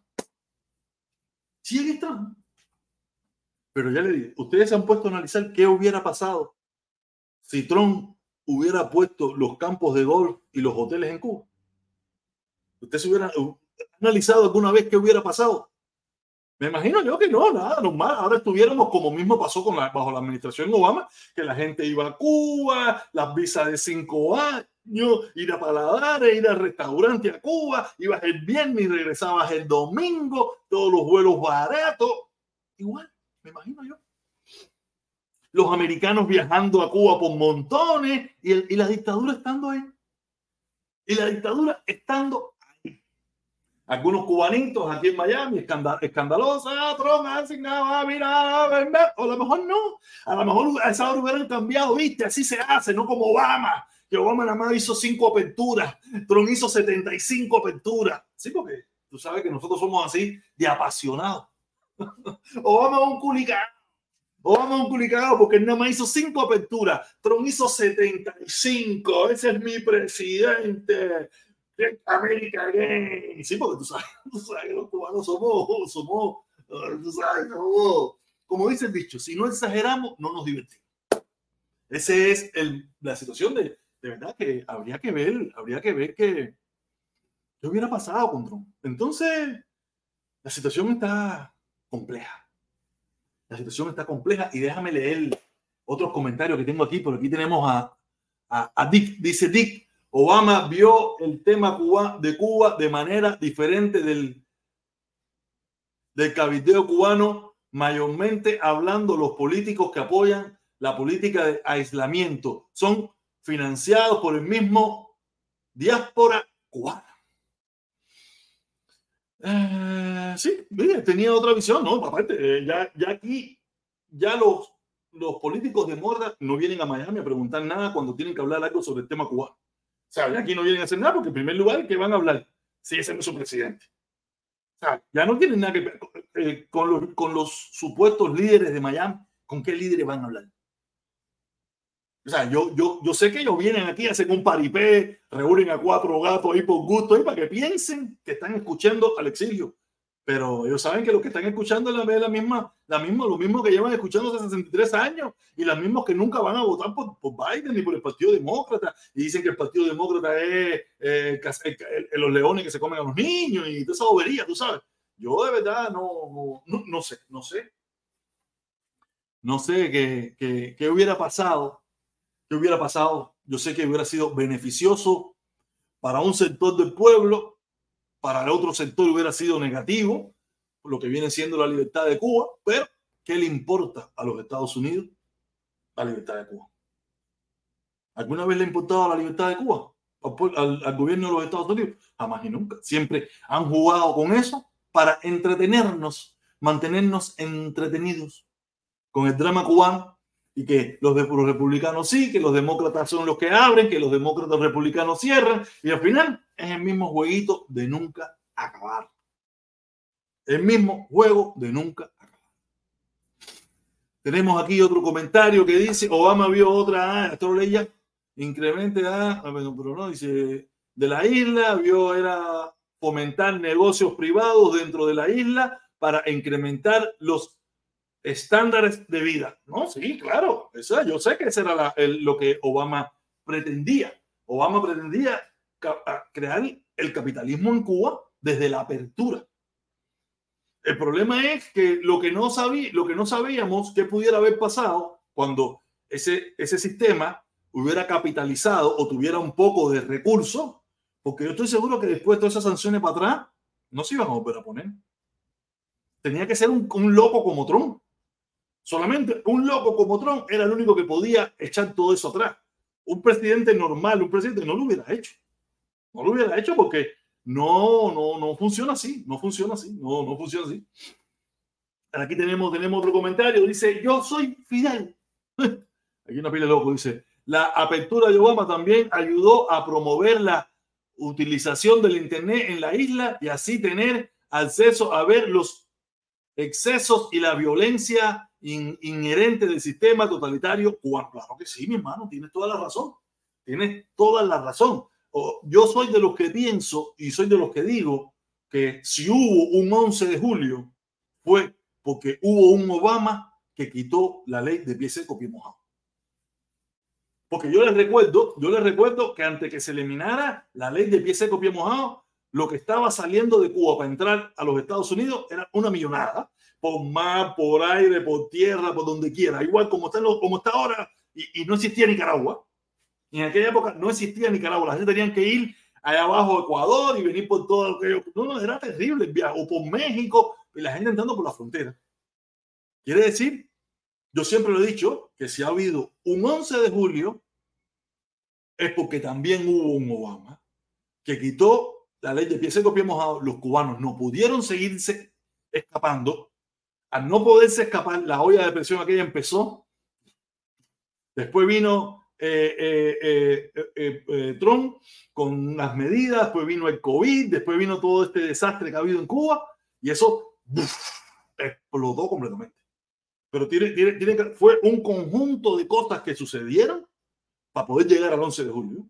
Siguen estando. Pero ya le dije, ustedes se han puesto a analizar qué hubiera pasado si Trump hubiera puesto los campos de golf y los hoteles en Cuba. ¿Usted se hubiera analizado alguna vez qué hubiera pasado? Me imagino yo que no, nada, normal. Ahora estuviéramos como mismo pasó con la, bajo la administración Obama, que la gente iba a Cuba, las visas de cinco años, ir a paladares, ir al restaurante a Cuba, ibas el viernes y regresabas el domingo, todos los vuelos baratos. Igual, me imagino yo. Los americanos viajando a Cuba por montones y, el, y la dictadura estando ahí. Y la dictadura estando ahí. algunos cubanitos aquí en Miami, escandal, escandalosa, ah, Trump ha asignado, ah, mira, a lo mejor no, a lo mejor a esa hora hubieran cambiado, viste, así se hace, no como Obama, que Obama nada más hizo cinco aperturas, Trump hizo setenta y cinco aperturas, sí, porque tú sabes que nosotros somos así de apasionados. Obama es un culicado, Obama es un culicado porque él nada más hizo cinco aperturas, Trump hizo setenta y cinco, ese es mi presidente. América Gay. Sí, porque tú sabes, tú sabes que los cubanos somos, somos, tú sabes, somos, como dice el dicho, si no exageramos, no nos divertimos. Esa es el, la situación de, de verdad que habría que ver, habría que ver que qué hubiera pasado con Trump. Entonces, la situación está compleja. La situación está compleja y déjame leer otros comentarios que tengo aquí. Por aquí tenemos a, a, a Dick. Dice Dick, Obama vio el tema Cuba, de Cuba de manera diferente del, del cabildeo cubano, mayormente hablando los políticos que apoyan la política de aislamiento. Son financiados por el mismo diáspora cubana. Eh, sí, tenía otra visión, ¿no? Aparte, ya, ya aquí, ya los, los políticos de moda no vienen a Miami a preguntar nada cuando tienen que hablar algo sobre el tema cubano. O sea, ya aquí no vienen a hacer nada porque en primer lugar, ¿qué van a hablar? Si ese no es su presidente. O sea, ya no tienen nada que ver eh, con, los, con los supuestos líderes de Miami. ¿Con qué líderes van a hablar? O sea, yo, yo, yo sé que ellos vienen aquí, hacen un paripé, reúnen a cuatro gatos ahí por gusto, ahí para que piensen que están escuchando al exilio. Pero ellos saben que lo que están escuchando es la, la misma, la misma, lo mismo que llevan escuchando hace sesenta y tres años y los mismos que nunca van a votar por, por Biden ni por el Partido Demócrata. Y dicen que el Partido Demócrata es eh, el, el, el, los leones que se comen a los niños y toda esa bobería, tú sabes. Yo de verdad no, no, no sé, no sé. No sé qué, qué, qué hubiera pasado. ¿Qué hubiera pasado? Yo sé que hubiera sido beneficioso para un sector del pueblo, para el otro sector hubiera sido negativo, lo que viene siendo la libertad de Cuba, pero ¿qué le importa a los Estados Unidos la libertad de Cuba? ¿Alguna vez le ha importado la libertad de Cuba al, al gobierno de los Estados Unidos? Jamás y nunca. Siempre han jugado con eso para entretenernos, mantenernos entretenidos con el drama cubano. Y que los, de, los republicanos sí, que los demócratas son los que abren, que los demócratas republicanos cierran, y al final es el mismo jueguito de nunca acabar. El mismo juego de nunca acabar. Tenemos aquí otro comentario que dice, Obama vio otra, ah, esto lo leía, incremente, ah, pero no, dice, de la isla, vio era fomentar negocios privados dentro de la isla para incrementar los estándares de vida. No, sí, claro. Eso, yo sé que eso era la, el, lo que Obama pretendía. Obama pretendía crear el capitalismo en Cuba desde la apertura. El problema es que lo que no, sabí, lo que no sabíamos que pudiera haber pasado cuando ese, ese sistema hubiera capitalizado o tuviera un poco de recursos, porque yo estoy seguro que después de todas esas sanciones para atrás no se iban a volver a poner. Tenía que ser un, un loco como Trump. Solamente un loco como Trump era el único que podía echar todo eso atrás. Un presidente normal, un presidente no lo hubiera hecho. No lo hubiera hecho porque no, no, no funciona así. No funciona así. No, no funciona así. Aquí tenemos, tenemos otro comentario. Dice, yo soy Fidel. Aquí una pila de loco. Dice, la apertura de Obama también ayudó a promover la utilización del Internet en la isla y así tener acceso a ver los excesos y la violencia In, inherente del sistema totalitario cubano. Claro que sí, mi hermano, tienes toda la razón. Tienes toda la razón. O, yo soy de los que pienso y soy de los que digo que si hubo un once de julio fue porque hubo un Obama que quitó la ley de pie seco, pie mojado. Porque yo les recuerdo, yo les recuerdo que antes que se eliminara la ley de pie seco, pie mojado, lo que estaba saliendo de Cuba para entrar a los Estados Unidos era una millonada. Por mar, por aire, por tierra, por donde quiera. Igual como está, como está ahora, y, y no existía Nicaragua. Y en aquella época no existía Nicaragua. La gente tenían que ir allá abajo a Ecuador y venir por todo lo que... No, no, era terrible el viaje. O por México, y la gente entrando por la frontera. Quiere decir, yo siempre lo he dicho, que si ha habido un once de julio, es porque también hubo un Obama que quitó la ley de pie seco, pie mojado, los cubanos no pudieron seguirse escapando. Al no poderse escapar, la olla de presión aquella empezó. Después vino eh, eh, eh, eh, eh, Trump con las medidas, después vino el COVID, después vino todo este desastre que ha habido en Cuba y eso ¡buf!, explotó completamente. Pero tiene, tiene, tiene que, fue un conjunto de cosas que sucedieron para poder llegar al once de julio.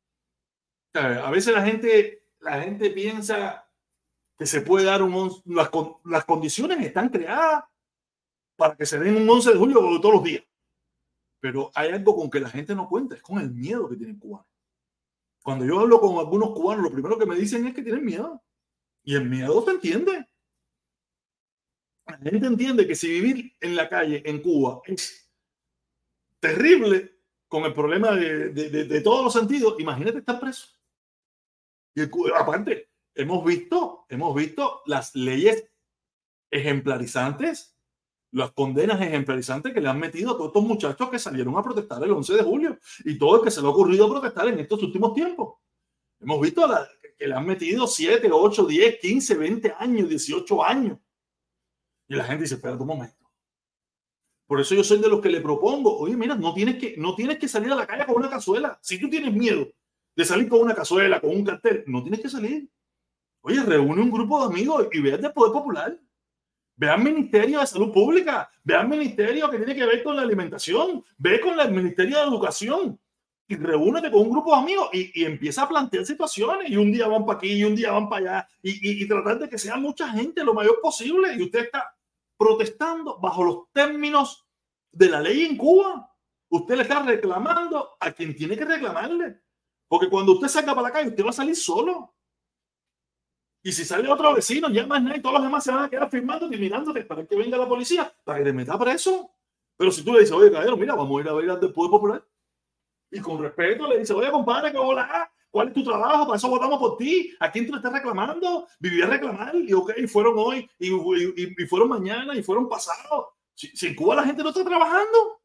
A veces la gente, la gente piensa que se puede dar un las, las condiciones están creadas para que se den un once de julio todos los días. Pero hay algo con que la gente no cuenta, es con el miedo que tienen cubanos. Cuando yo hablo con algunos cubanos, lo primero que me dicen es que tienen miedo. Y el miedo se entiende. La gente entiende que si vivir en la calle en Cuba es terrible con el problema de, de, de, de todos los sentidos, imagínate estar preso. Y el, aparte, hemos visto, hemos visto las leyes ejemplarizantes, las condenas ejemplarizantes que le han metido a todos estos muchachos que salieron a protestar el once de julio y todo el que se le ha ocurrido a protestar en estos últimos tiempos. Hemos visto la, que le han metido siete, ocho, diez, quince, veinte años, dieciocho años. Y la gente dice, espérate un momento. Por eso yo soy de los que le propongo, oye, mira, no tienes que, no tienes que salir a la calle con una cazuela. Si tú tienes miedo de salir con una cazuela, con un cartel, no tienes que salir. Oye, reúne un grupo de amigos y ve al Poder Popular. Ve al Ministerio de Salud Pública. Ve al Ministerio que tiene que ver con la alimentación. Ve con el Ministerio de Educación. Y reúnete con un grupo de amigos y, y empieza a plantear situaciones. Y un día van para aquí y un día van para allá. Y, y, y tratar de que sea mucha gente lo mayor posible. Y usted está protestando bajo los términos de la ley en Cuba. Usted le está reclamando a quien tiene que reclamarle. Porque cuando usted salga para la calle, usted va a salir solo. Y si sale otro vecino, ya más nadie, todos los demás se van a quedar firmando y mirándote para que venga la policía, para que te meta preso. Pero si tú le dices, oye, caballero, mira, vamos a ir a ver al del Poder Popular. Y con respeto le dice, oye, compadre, ¿qué hola? ¿Cuál es tu trabajo? Para eso votamos por ti. ¿A quién tú le estás reclamando? Viví a reclamar. Y ok, fueron hoy, y, y, y fueron mañana, y fueron pasados. Si, si en Cuba la gente no está trabajando.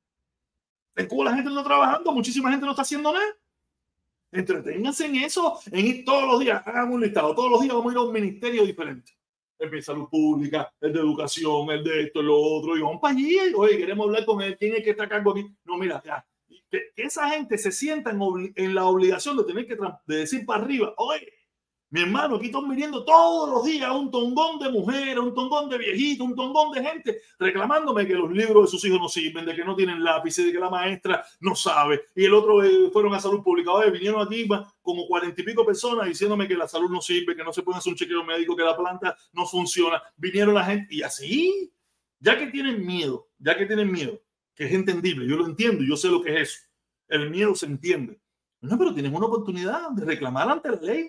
En Cuba la gente no está trabajando, muchísima gente no está haciendo nada. Entreténganse en eso, en ir todos los días, hagan un listado, todos los días vamos a ir a un ministerio diferente. El de salud pública, el de educación, el de esto, el lo otro, y vamos para allí, y, oye, queremos hablar con él, ¿quién es que está a cargo aquí? No, mira, ya, que, que esa gente se sienta en, en la obligación de tener que de decir para arriba, oye, mi hermano, aquí están viniendo todos los días un tongón de mujeres, un tongón de viejitos, un tongón de gente reclamándome que los libros de sus hijos no sirven, de que no tienen lápices, de que la maestra no sabe. Y el otro eh, fueron a salud pública. Oye, vinieron aquí como cuarenta y pico personas diciéndome que la salud no sirve, que no se puede hacer un chequeo médico, que la planta no funciona. Vinieron la gente y así, ya que tienen miedo, ya que tienen miedo, que es entendible, yo lo entiendo, yo sé lo que es eso. El miedo se entiende. No, pero tienes una oportunidad de reclamar ante la ley.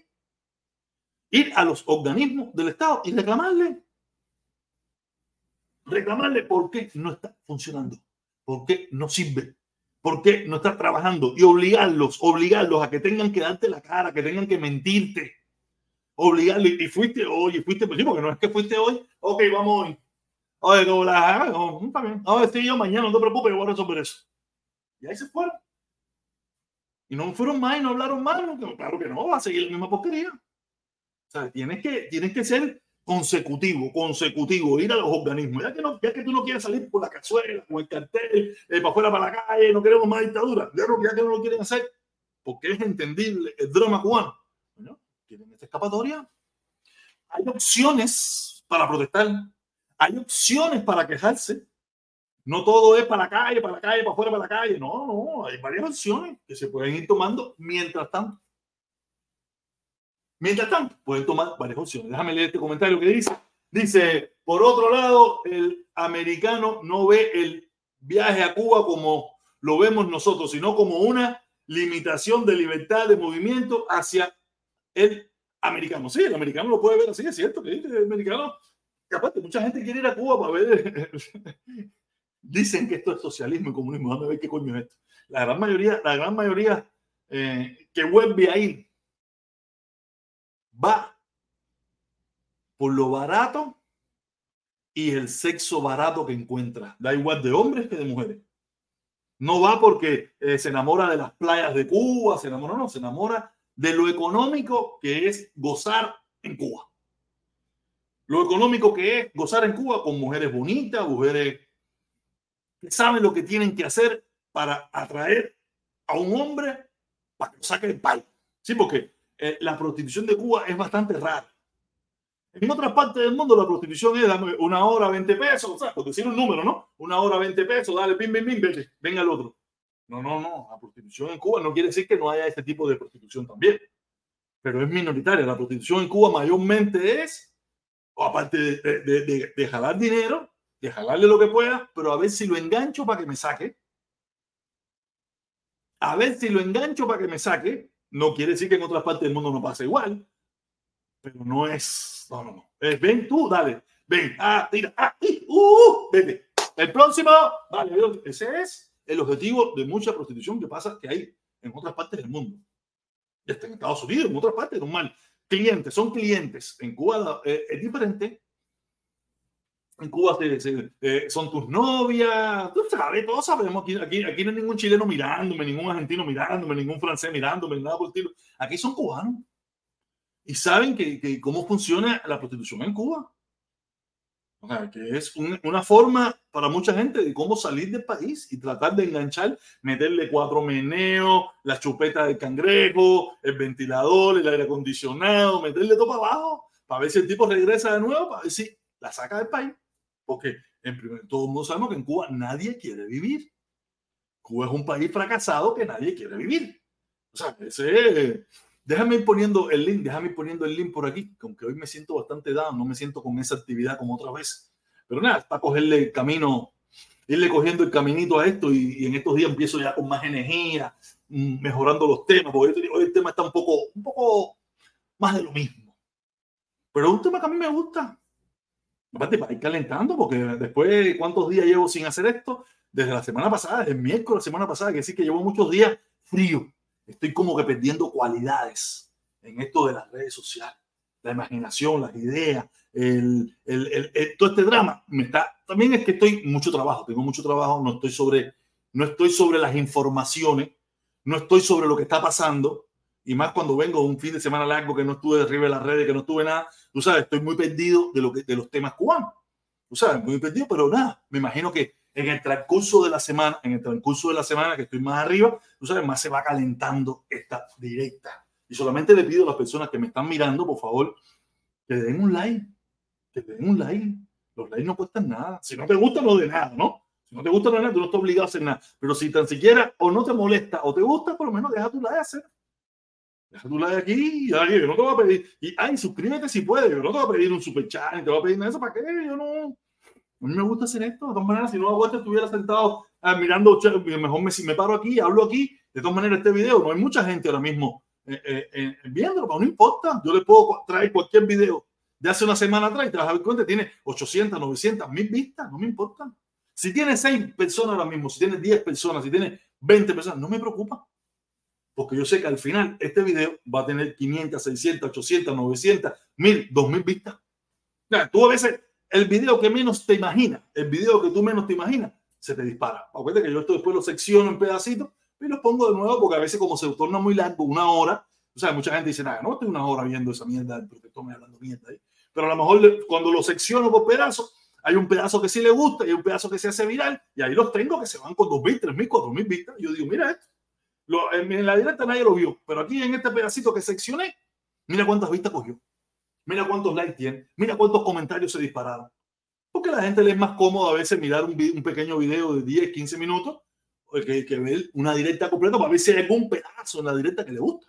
Ir a los organismos del Estado y reclamarle. Reclamarle por qué no está funcionando, por qué no sirve, por qué no está trabajando y obligarlos, obligarlos a que tengan que darte la cara, que tengan que mentirte. Obligarle. Y fuiste hoy, y fuiste, pues sí, porque no es que fuiste hoy. Ok, vamos hoy. Oye, como la. Oh, está bien. Ahora estoy yo mañana, no te preocupes, yo voy a resolver eso. Y ahí se fueron. Y no fueron más y no hablaron más. No, claro que no, va a seguir la misma porquería. O sea, tienes que, tienes que ser consecutivo, consecutivo, ir a los organismos. Ya que, no, ya que tú no quieres salir por la cazuela, con el cartel, eh, para afuera, para la calle, no queremos más dictadura. Ya, no, ya que no lo quieren hacer, porque es entendible el drama cubano. Bueno, ¿quieren esta escapatoria? Hay opciones para protestar, hay opciones para quejarse. No todo es para la calle, para la calle, para afuera, para la calle. No, no, hay varias opciones que se pueden ir tomando mientras tanto. Mientras tanto, pueden tomar varias opciones. Déjame leer este comentario que dice. Dice, por otro lado, el americano no ve el viaje a Cuba como lo vemos nosotros, sino como una limitación de libertad de movimiento hacia el americano. Sí, el americano lo puede ver así, es cierto que el americano, que aparte, mucha gente quiere ir a Cuba para ver. Dicen que esto es socialismo y comunismo. Déjame ver qué coño es esto. La gran mayoría, la gran mayoría eh, que vuelve a ir va por lo barato y el sexo barato que encuentra. Da igual de hombres que de mujeres. No va porque eh, se enamora de las playas de Cuba, se enamora, no, se enamora de lo económico que es gozar en Cuba. Lo económico que es gozar en Cuba con mujeres bonitas, mujeres que saben lo que tienen que hacer para atraer a un hombre para que lo saque del país. Sí, porque eh, la prostitución de Cuba es bastante rara. En otras partes del mundo la prostitución es dame una hora veinte pesos, o sea, por decir un número, ¿no? Una hora veinte pesos, dale, pim, pim, pim, vete, venga el otro. No, no, no. La prostitución en Cuba no quiere decir que no haya este tipo de prostitución también, pero es minoritaria. La prostitución en Cuba mayormente es, o aparte de, de, de, de jalar dinero, de jalarle lo que pueda, pero a ver si lo engancho para que me saque. A ver si lo engancho para que me saque. No quiere decir que en otras partes del mundo no pase igual, pero no es, no, no, no. Es, ven tú, dale, ven, ah, tira, ah, y, uh, vete. El próximo, vale, ese es el objetivo de mucha prostitución que pasa, que hay en otras partes del mundo. En Estados Unidos, en otras partes, normal. Clientes, son clientes. En Cuba eh, es diferente. En Cuba se, se, eh, son tus novias, tú sabes, todos sabemos. Aquí, aquí, aquí no hay ningún chileno mirándome, ningún argentino mirándome, ningún francés mirándome, nada por el estilo. Aquí son cubanos. Y saben que, que cómo funciona la prostitución en Cuba. O sea, que es un, una forma para mucha gente de cómo salir del país y tratar de enganchar, meterle cuatro meneos, la chupeta del cangrejo, el ventilador, el aire acondicionado, meterle todo para abajo para ver si el tipo regresa de nuevo, para ver si la saca del país. Porque en primer, todo el mundo sabemos que en Cuba nadie quiere vivir. Cuba es un país fracasado que nadie quiere vivir. O sea, ese... Déjame ir poniendo el link, déjame ir poniendo el link por aquí, aunque hoy me siento bastante down, no me siento con esa actividad como otra vez. Pero nada, para cogerle el camino, irle cogiendo el caminito a esto y, y en estos días empiezo ya con más energía, mejorando los temas, porque hoy, hoy el tema está un poco, un poco más de lo mismo. Pero es un tema que a mí me gusta. Aparte, para ir calentando, porque después, ¿cuántos días llevo sin hacer esto? Desde la semana pasada, desde el miércoles, la semana pasada, que sí que llevo muchos días frío. Estoy como que perdiendo cualidades en esto de las redes sociales, la imaginación, las ideas, el, el, el, el, todo este drama. Me está, también es que estoy mucho trabajo, tengo mucho trabajo, no estoy sobre, no estoy sobre las informaciones, no estoy sobre lo que está pasando, y más cuando vengo un fin de semana largo que no estuve arriba de las redes, que no estuve nada, tú sabes, estoy muy perdido de, lo que, de los temas cubanos, tú sabes, muy perdido, pero nada, me imagino que en el transcurso de la semana, en el transcurso de la semana que estoy más arriba, tú sabes, más se va calentando esta directa. Y solamente le pido a las personas que me están mirando, por favor, que den un like, que den un like. Los likes no cuestan nada. Si no te gusta, no de nada, ¿no? Si no te gusta, no de nada, tú no estás obligado a hacer nada. Pero si tan siquiera o no te molesta o te gusta, por lo menos deja tu like hacer. Deja tu like aquí y ay, yo no te voy a pedir. Y ay, suscríbete si puedes. Yo no te voy a pedir un super chat, ni te voy a pedir nada de eso. ¿Para qué? Yo no... A mí me gusta hacer esto. De todas maneras, si no hago esto, estuviera sentado ah, mirando, mejor me, si me paro aquí, hablo aquí. De todas maneras, este video, no hay mucha gente ahora mismo eh, eh, eh, viéndolo, pero no importa. Yo le puedo traer cualquier video de hace una semana atrás y te vas a dar cuenta, tiene ochocientas, novecientas, mil vistas, no me importa. Si tiene seis personas ahora mismo, si tiene diez personas, si tiene veinte personas, no me preocupa. Porque yo sé que al final este video va a tener quinientas, seiscientas, ochocientas, novecientas, mil, dos mil vistas. Ya, tú a veces... El video que menos te imaginas, el video que tú menos te imaginas, se te dispara. Acuérdate que yo esto después lo secciono en pedacitos y los pongo de nuevo porque a veces como se torna muy largo, una hora, o sea, mucha gente dice, nada, no estoy una hora viendo esa mierda del protector, me hablando mierda ahí. Pero a lo mejor cuando lo secciono por pedazos, hay un pedazo que sí le gusta y hay un pedazo que se hace viral y ahí los tengo que se van con dos mil, tres mil, cuatro mil vistas. Y yo digo, mira esto, lo, en, en la directa nadie lo vio, pero aquí en este pedacito que seccioné, mira cuántas vistas cogió. Mira cuántos likes tiene, mira cuántos comentarios se dispararon. Porque a la gente le es más cómodo a veces mirar un, un pequeño video de diez, quince minutos que, que ver una directa completa para ver si hay algún pedazo en la directa que le gusta.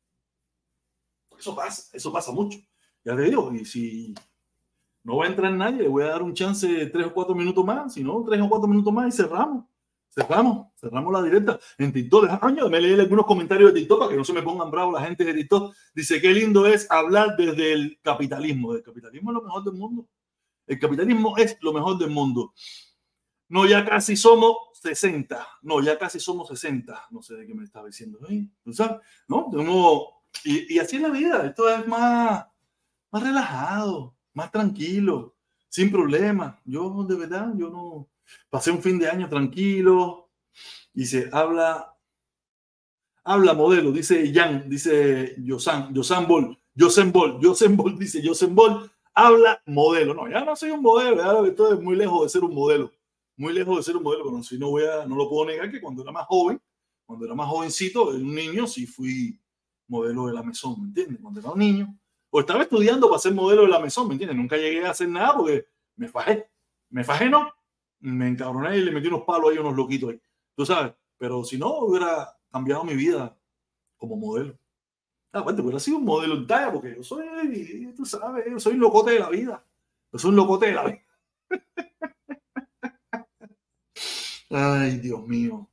Eso pasa, eso pasa mucho. Ya te digo, y si no va a entrar nadie, le voy a dar un chance de tres o cuatro minutos más, si no, tres o cuatro minutos más y cerramos. Cerramos, cerramos la directa en TikTok. Año, me leí algunos comentarios de TikTok para que no se me pongan bravos la gente de TikTok. Dice, qué lindo es hablar desde el capitalismo. El capitalismo es lo mejor del mundo. El capitalismo es lo mejor del mundo. No, ya casi somos sesenta. No, ya casi somos sesenta. No sé de qué me estaba diciendo. ¿Eh? ¿Tú sabes? ¿No? Uno, y, y así es la vida. Esto es más, más relajado, más tranquilo, sin problemas. Yo, de verdad, yo no... Pasé un fin de año tranquilo y se habla, Habla modelo, dice Jan, dice Yosan, Yosan Bol, Yosen Bol, Yosen Bol, dice Yosen Bol, habla modelo. No, ya no soy un modelo, ya lo que estoy muy lejos de ser un modelo, muy lejos de ser un modelo, pero si no voy a, no lo puedo negar que cuando era más joven, cuando era más jovencito, un niño, sí fui modelo de la Maison, ¿me entiendes? Cuando era un niño, o estaba estudiando para ser modelo de la Maison, ¿me entiendes? Nunca llegué a hacer nada porque me fajé, me fajé, ¿no? Me encabroné y le metí unos palos ahí, unos loquitos ahí, tú sabes, pero si no, hubiera cambiado mi vida como modelo. Aparte, hubiera sido un modelo en talla, porque yo soy, tú sabes, yo soy un locote de la vida. Yo soy un locote de la vida. Ay, Dios mío.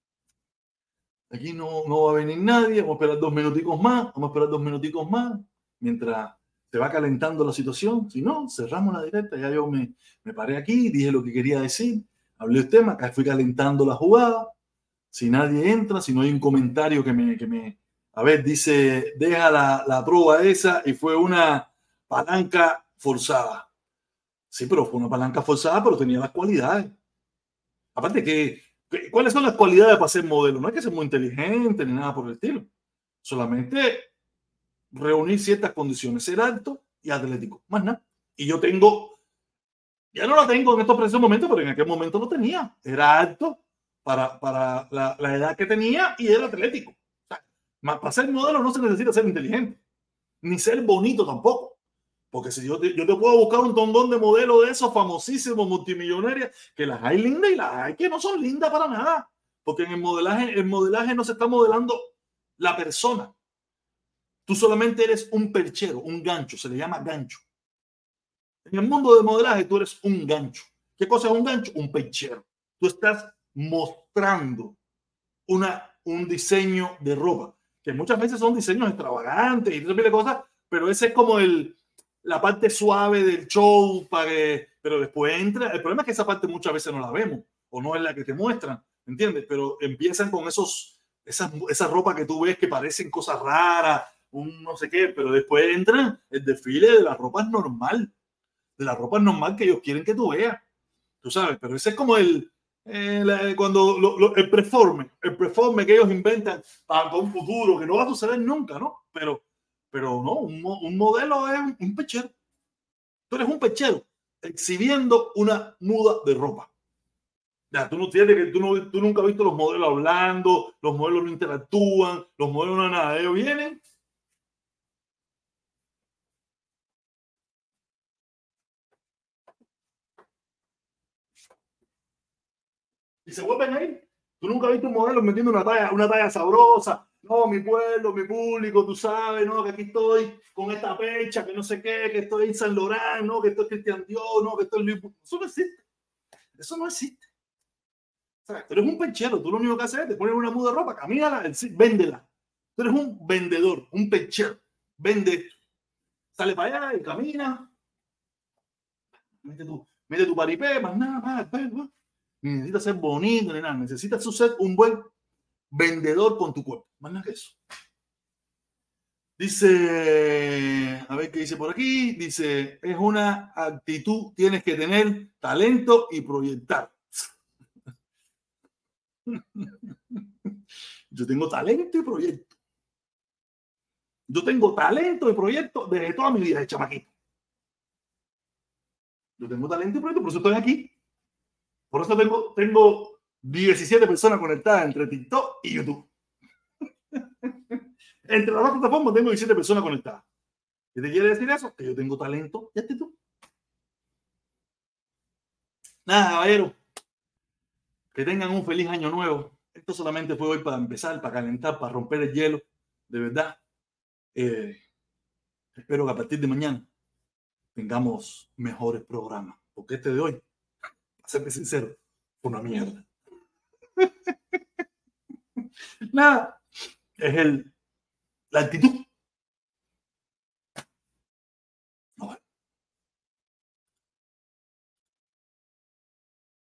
Aquí no, no va a venir nadie. Vamos a esperar dos minuticos más. Vamos a esperar dos minuticos más. Mientras se va calentando la situación. Si no, cerramos la directa. Ya yo me, me paré aquí, dije lo que quería decir. Hablé el tema, acá fui calentando la jugada. Si nadie entra, si no hay un comentario que me, que me, a ver, dice, deja la, la prueba esa y fue una palanca forzada. Sí, pero fue una palanca forzada, pero tenía las cualidades. Aparte, que, que, ¿cuáles son las cualidades para ser modelo? No hay que ser muy inteligente ni nada por el estilo. Solamente reunir ciertas condiciones, ser alto y atlético, más nada. Y yo tengo, ya no la tengo en estos precisos momentos, pero en aquel momento lo tenía. Era alto para, para la, la edad que tenía y era atlético. O sea, más para ser modelo no se necesita ser inteligente, ni ser bonito tampoco. Porque si yo te, yo te puedo buscar un tondón de modelos de esos famosísimos multimillonarios, que las hay lindas y las hay que no son lindas para nada. Porque en el modelaje, el modelaje no se está modelando la persona. Tú solamente eres un perchero, un gancho, se le llama gancho. En el mundo del modelaje tú eres un gancho. ¿Qué cosa es un gancho? Un perchero. Tú estás mostrando una, un diseño de ropa, que muchas veces son diseños extravagantes y todo cosas, pero ese es como el, la parte suave del show, para que, pero después entra. El problema es que esa parte muchas veces no la vemos o no es la que te muestran, ¿entiendes? Pero empiezan con esos, esas, esa ropa que tú ves que parecen cosas raras, un no sé qué, pero después entra el desfile de la ropa normal, de la ropa normal que ellos quieren que tú veas, tú sabes, pero ese es como el, eh, la, cuando lo, lo, el preforme, el preforme que ellos inventan para, para un futuro que no va a suceder nunca, ¿no? Pero, pero no, un, un modelo es un, un pechero. Tú eres un pechero exhibiendo una muda de ropa. Ya, tú no tienes que tú, no, tú nunca has visto los modelos hablando, los modelos no interactúan, los modelos no nada, ellos vienen. Y se vuelven a ir. Tú nunca has visto un modelo metiendo una talla, una talla sabrosa. No, mi pueblo, mi público, tú sabes, no, que aquí estoy con esta pecha, que no sé qué, que estoy en San Lorán, no, que estoy Cristian Dior, no, que estoy Luis. Eso no existe. Eso no existe. O sea, tú eres un pechero, tú lo único que haces es te pones una muda de ropa, camínala, véndela. Tú eres un vendedor, un pechero. Vende, sale para allá y camina. Mete tu, mete tu paripé, más nada, más, más, más. Ni necesitas ser bonito ni nada, necesitas ser un buen vendedor con tu cuerpo, más nada que eso. Dice, a ver qué dice por aquí, dice, es una actitud, tienes que tener talento y proyectar. Yo tengo talento y proyecto. Yo tengo talento y proyecto desde toda mi vida de chamaquito. Yo tengo talento y proyecto, por eso estoy aquí. Por eso tengo, tengo diecisiete personas conectadas entre TikTok y YouTube. Entre las dos plataformas tengo diecisiete personas conectadas. ¿Qué te quiere decir eso? Que yo tengo talento y actitud. Nada, caballero. Que tengan un feliz año nuevo. Esto solamente fue hoy para empezar, para calentar, para romper el hielo. De verdad. Eh, espero que a partir de mañana tengamos mejores programas. Porque este de hoy, para serme sincero, fue una mierda. Nada. Es el, la actitud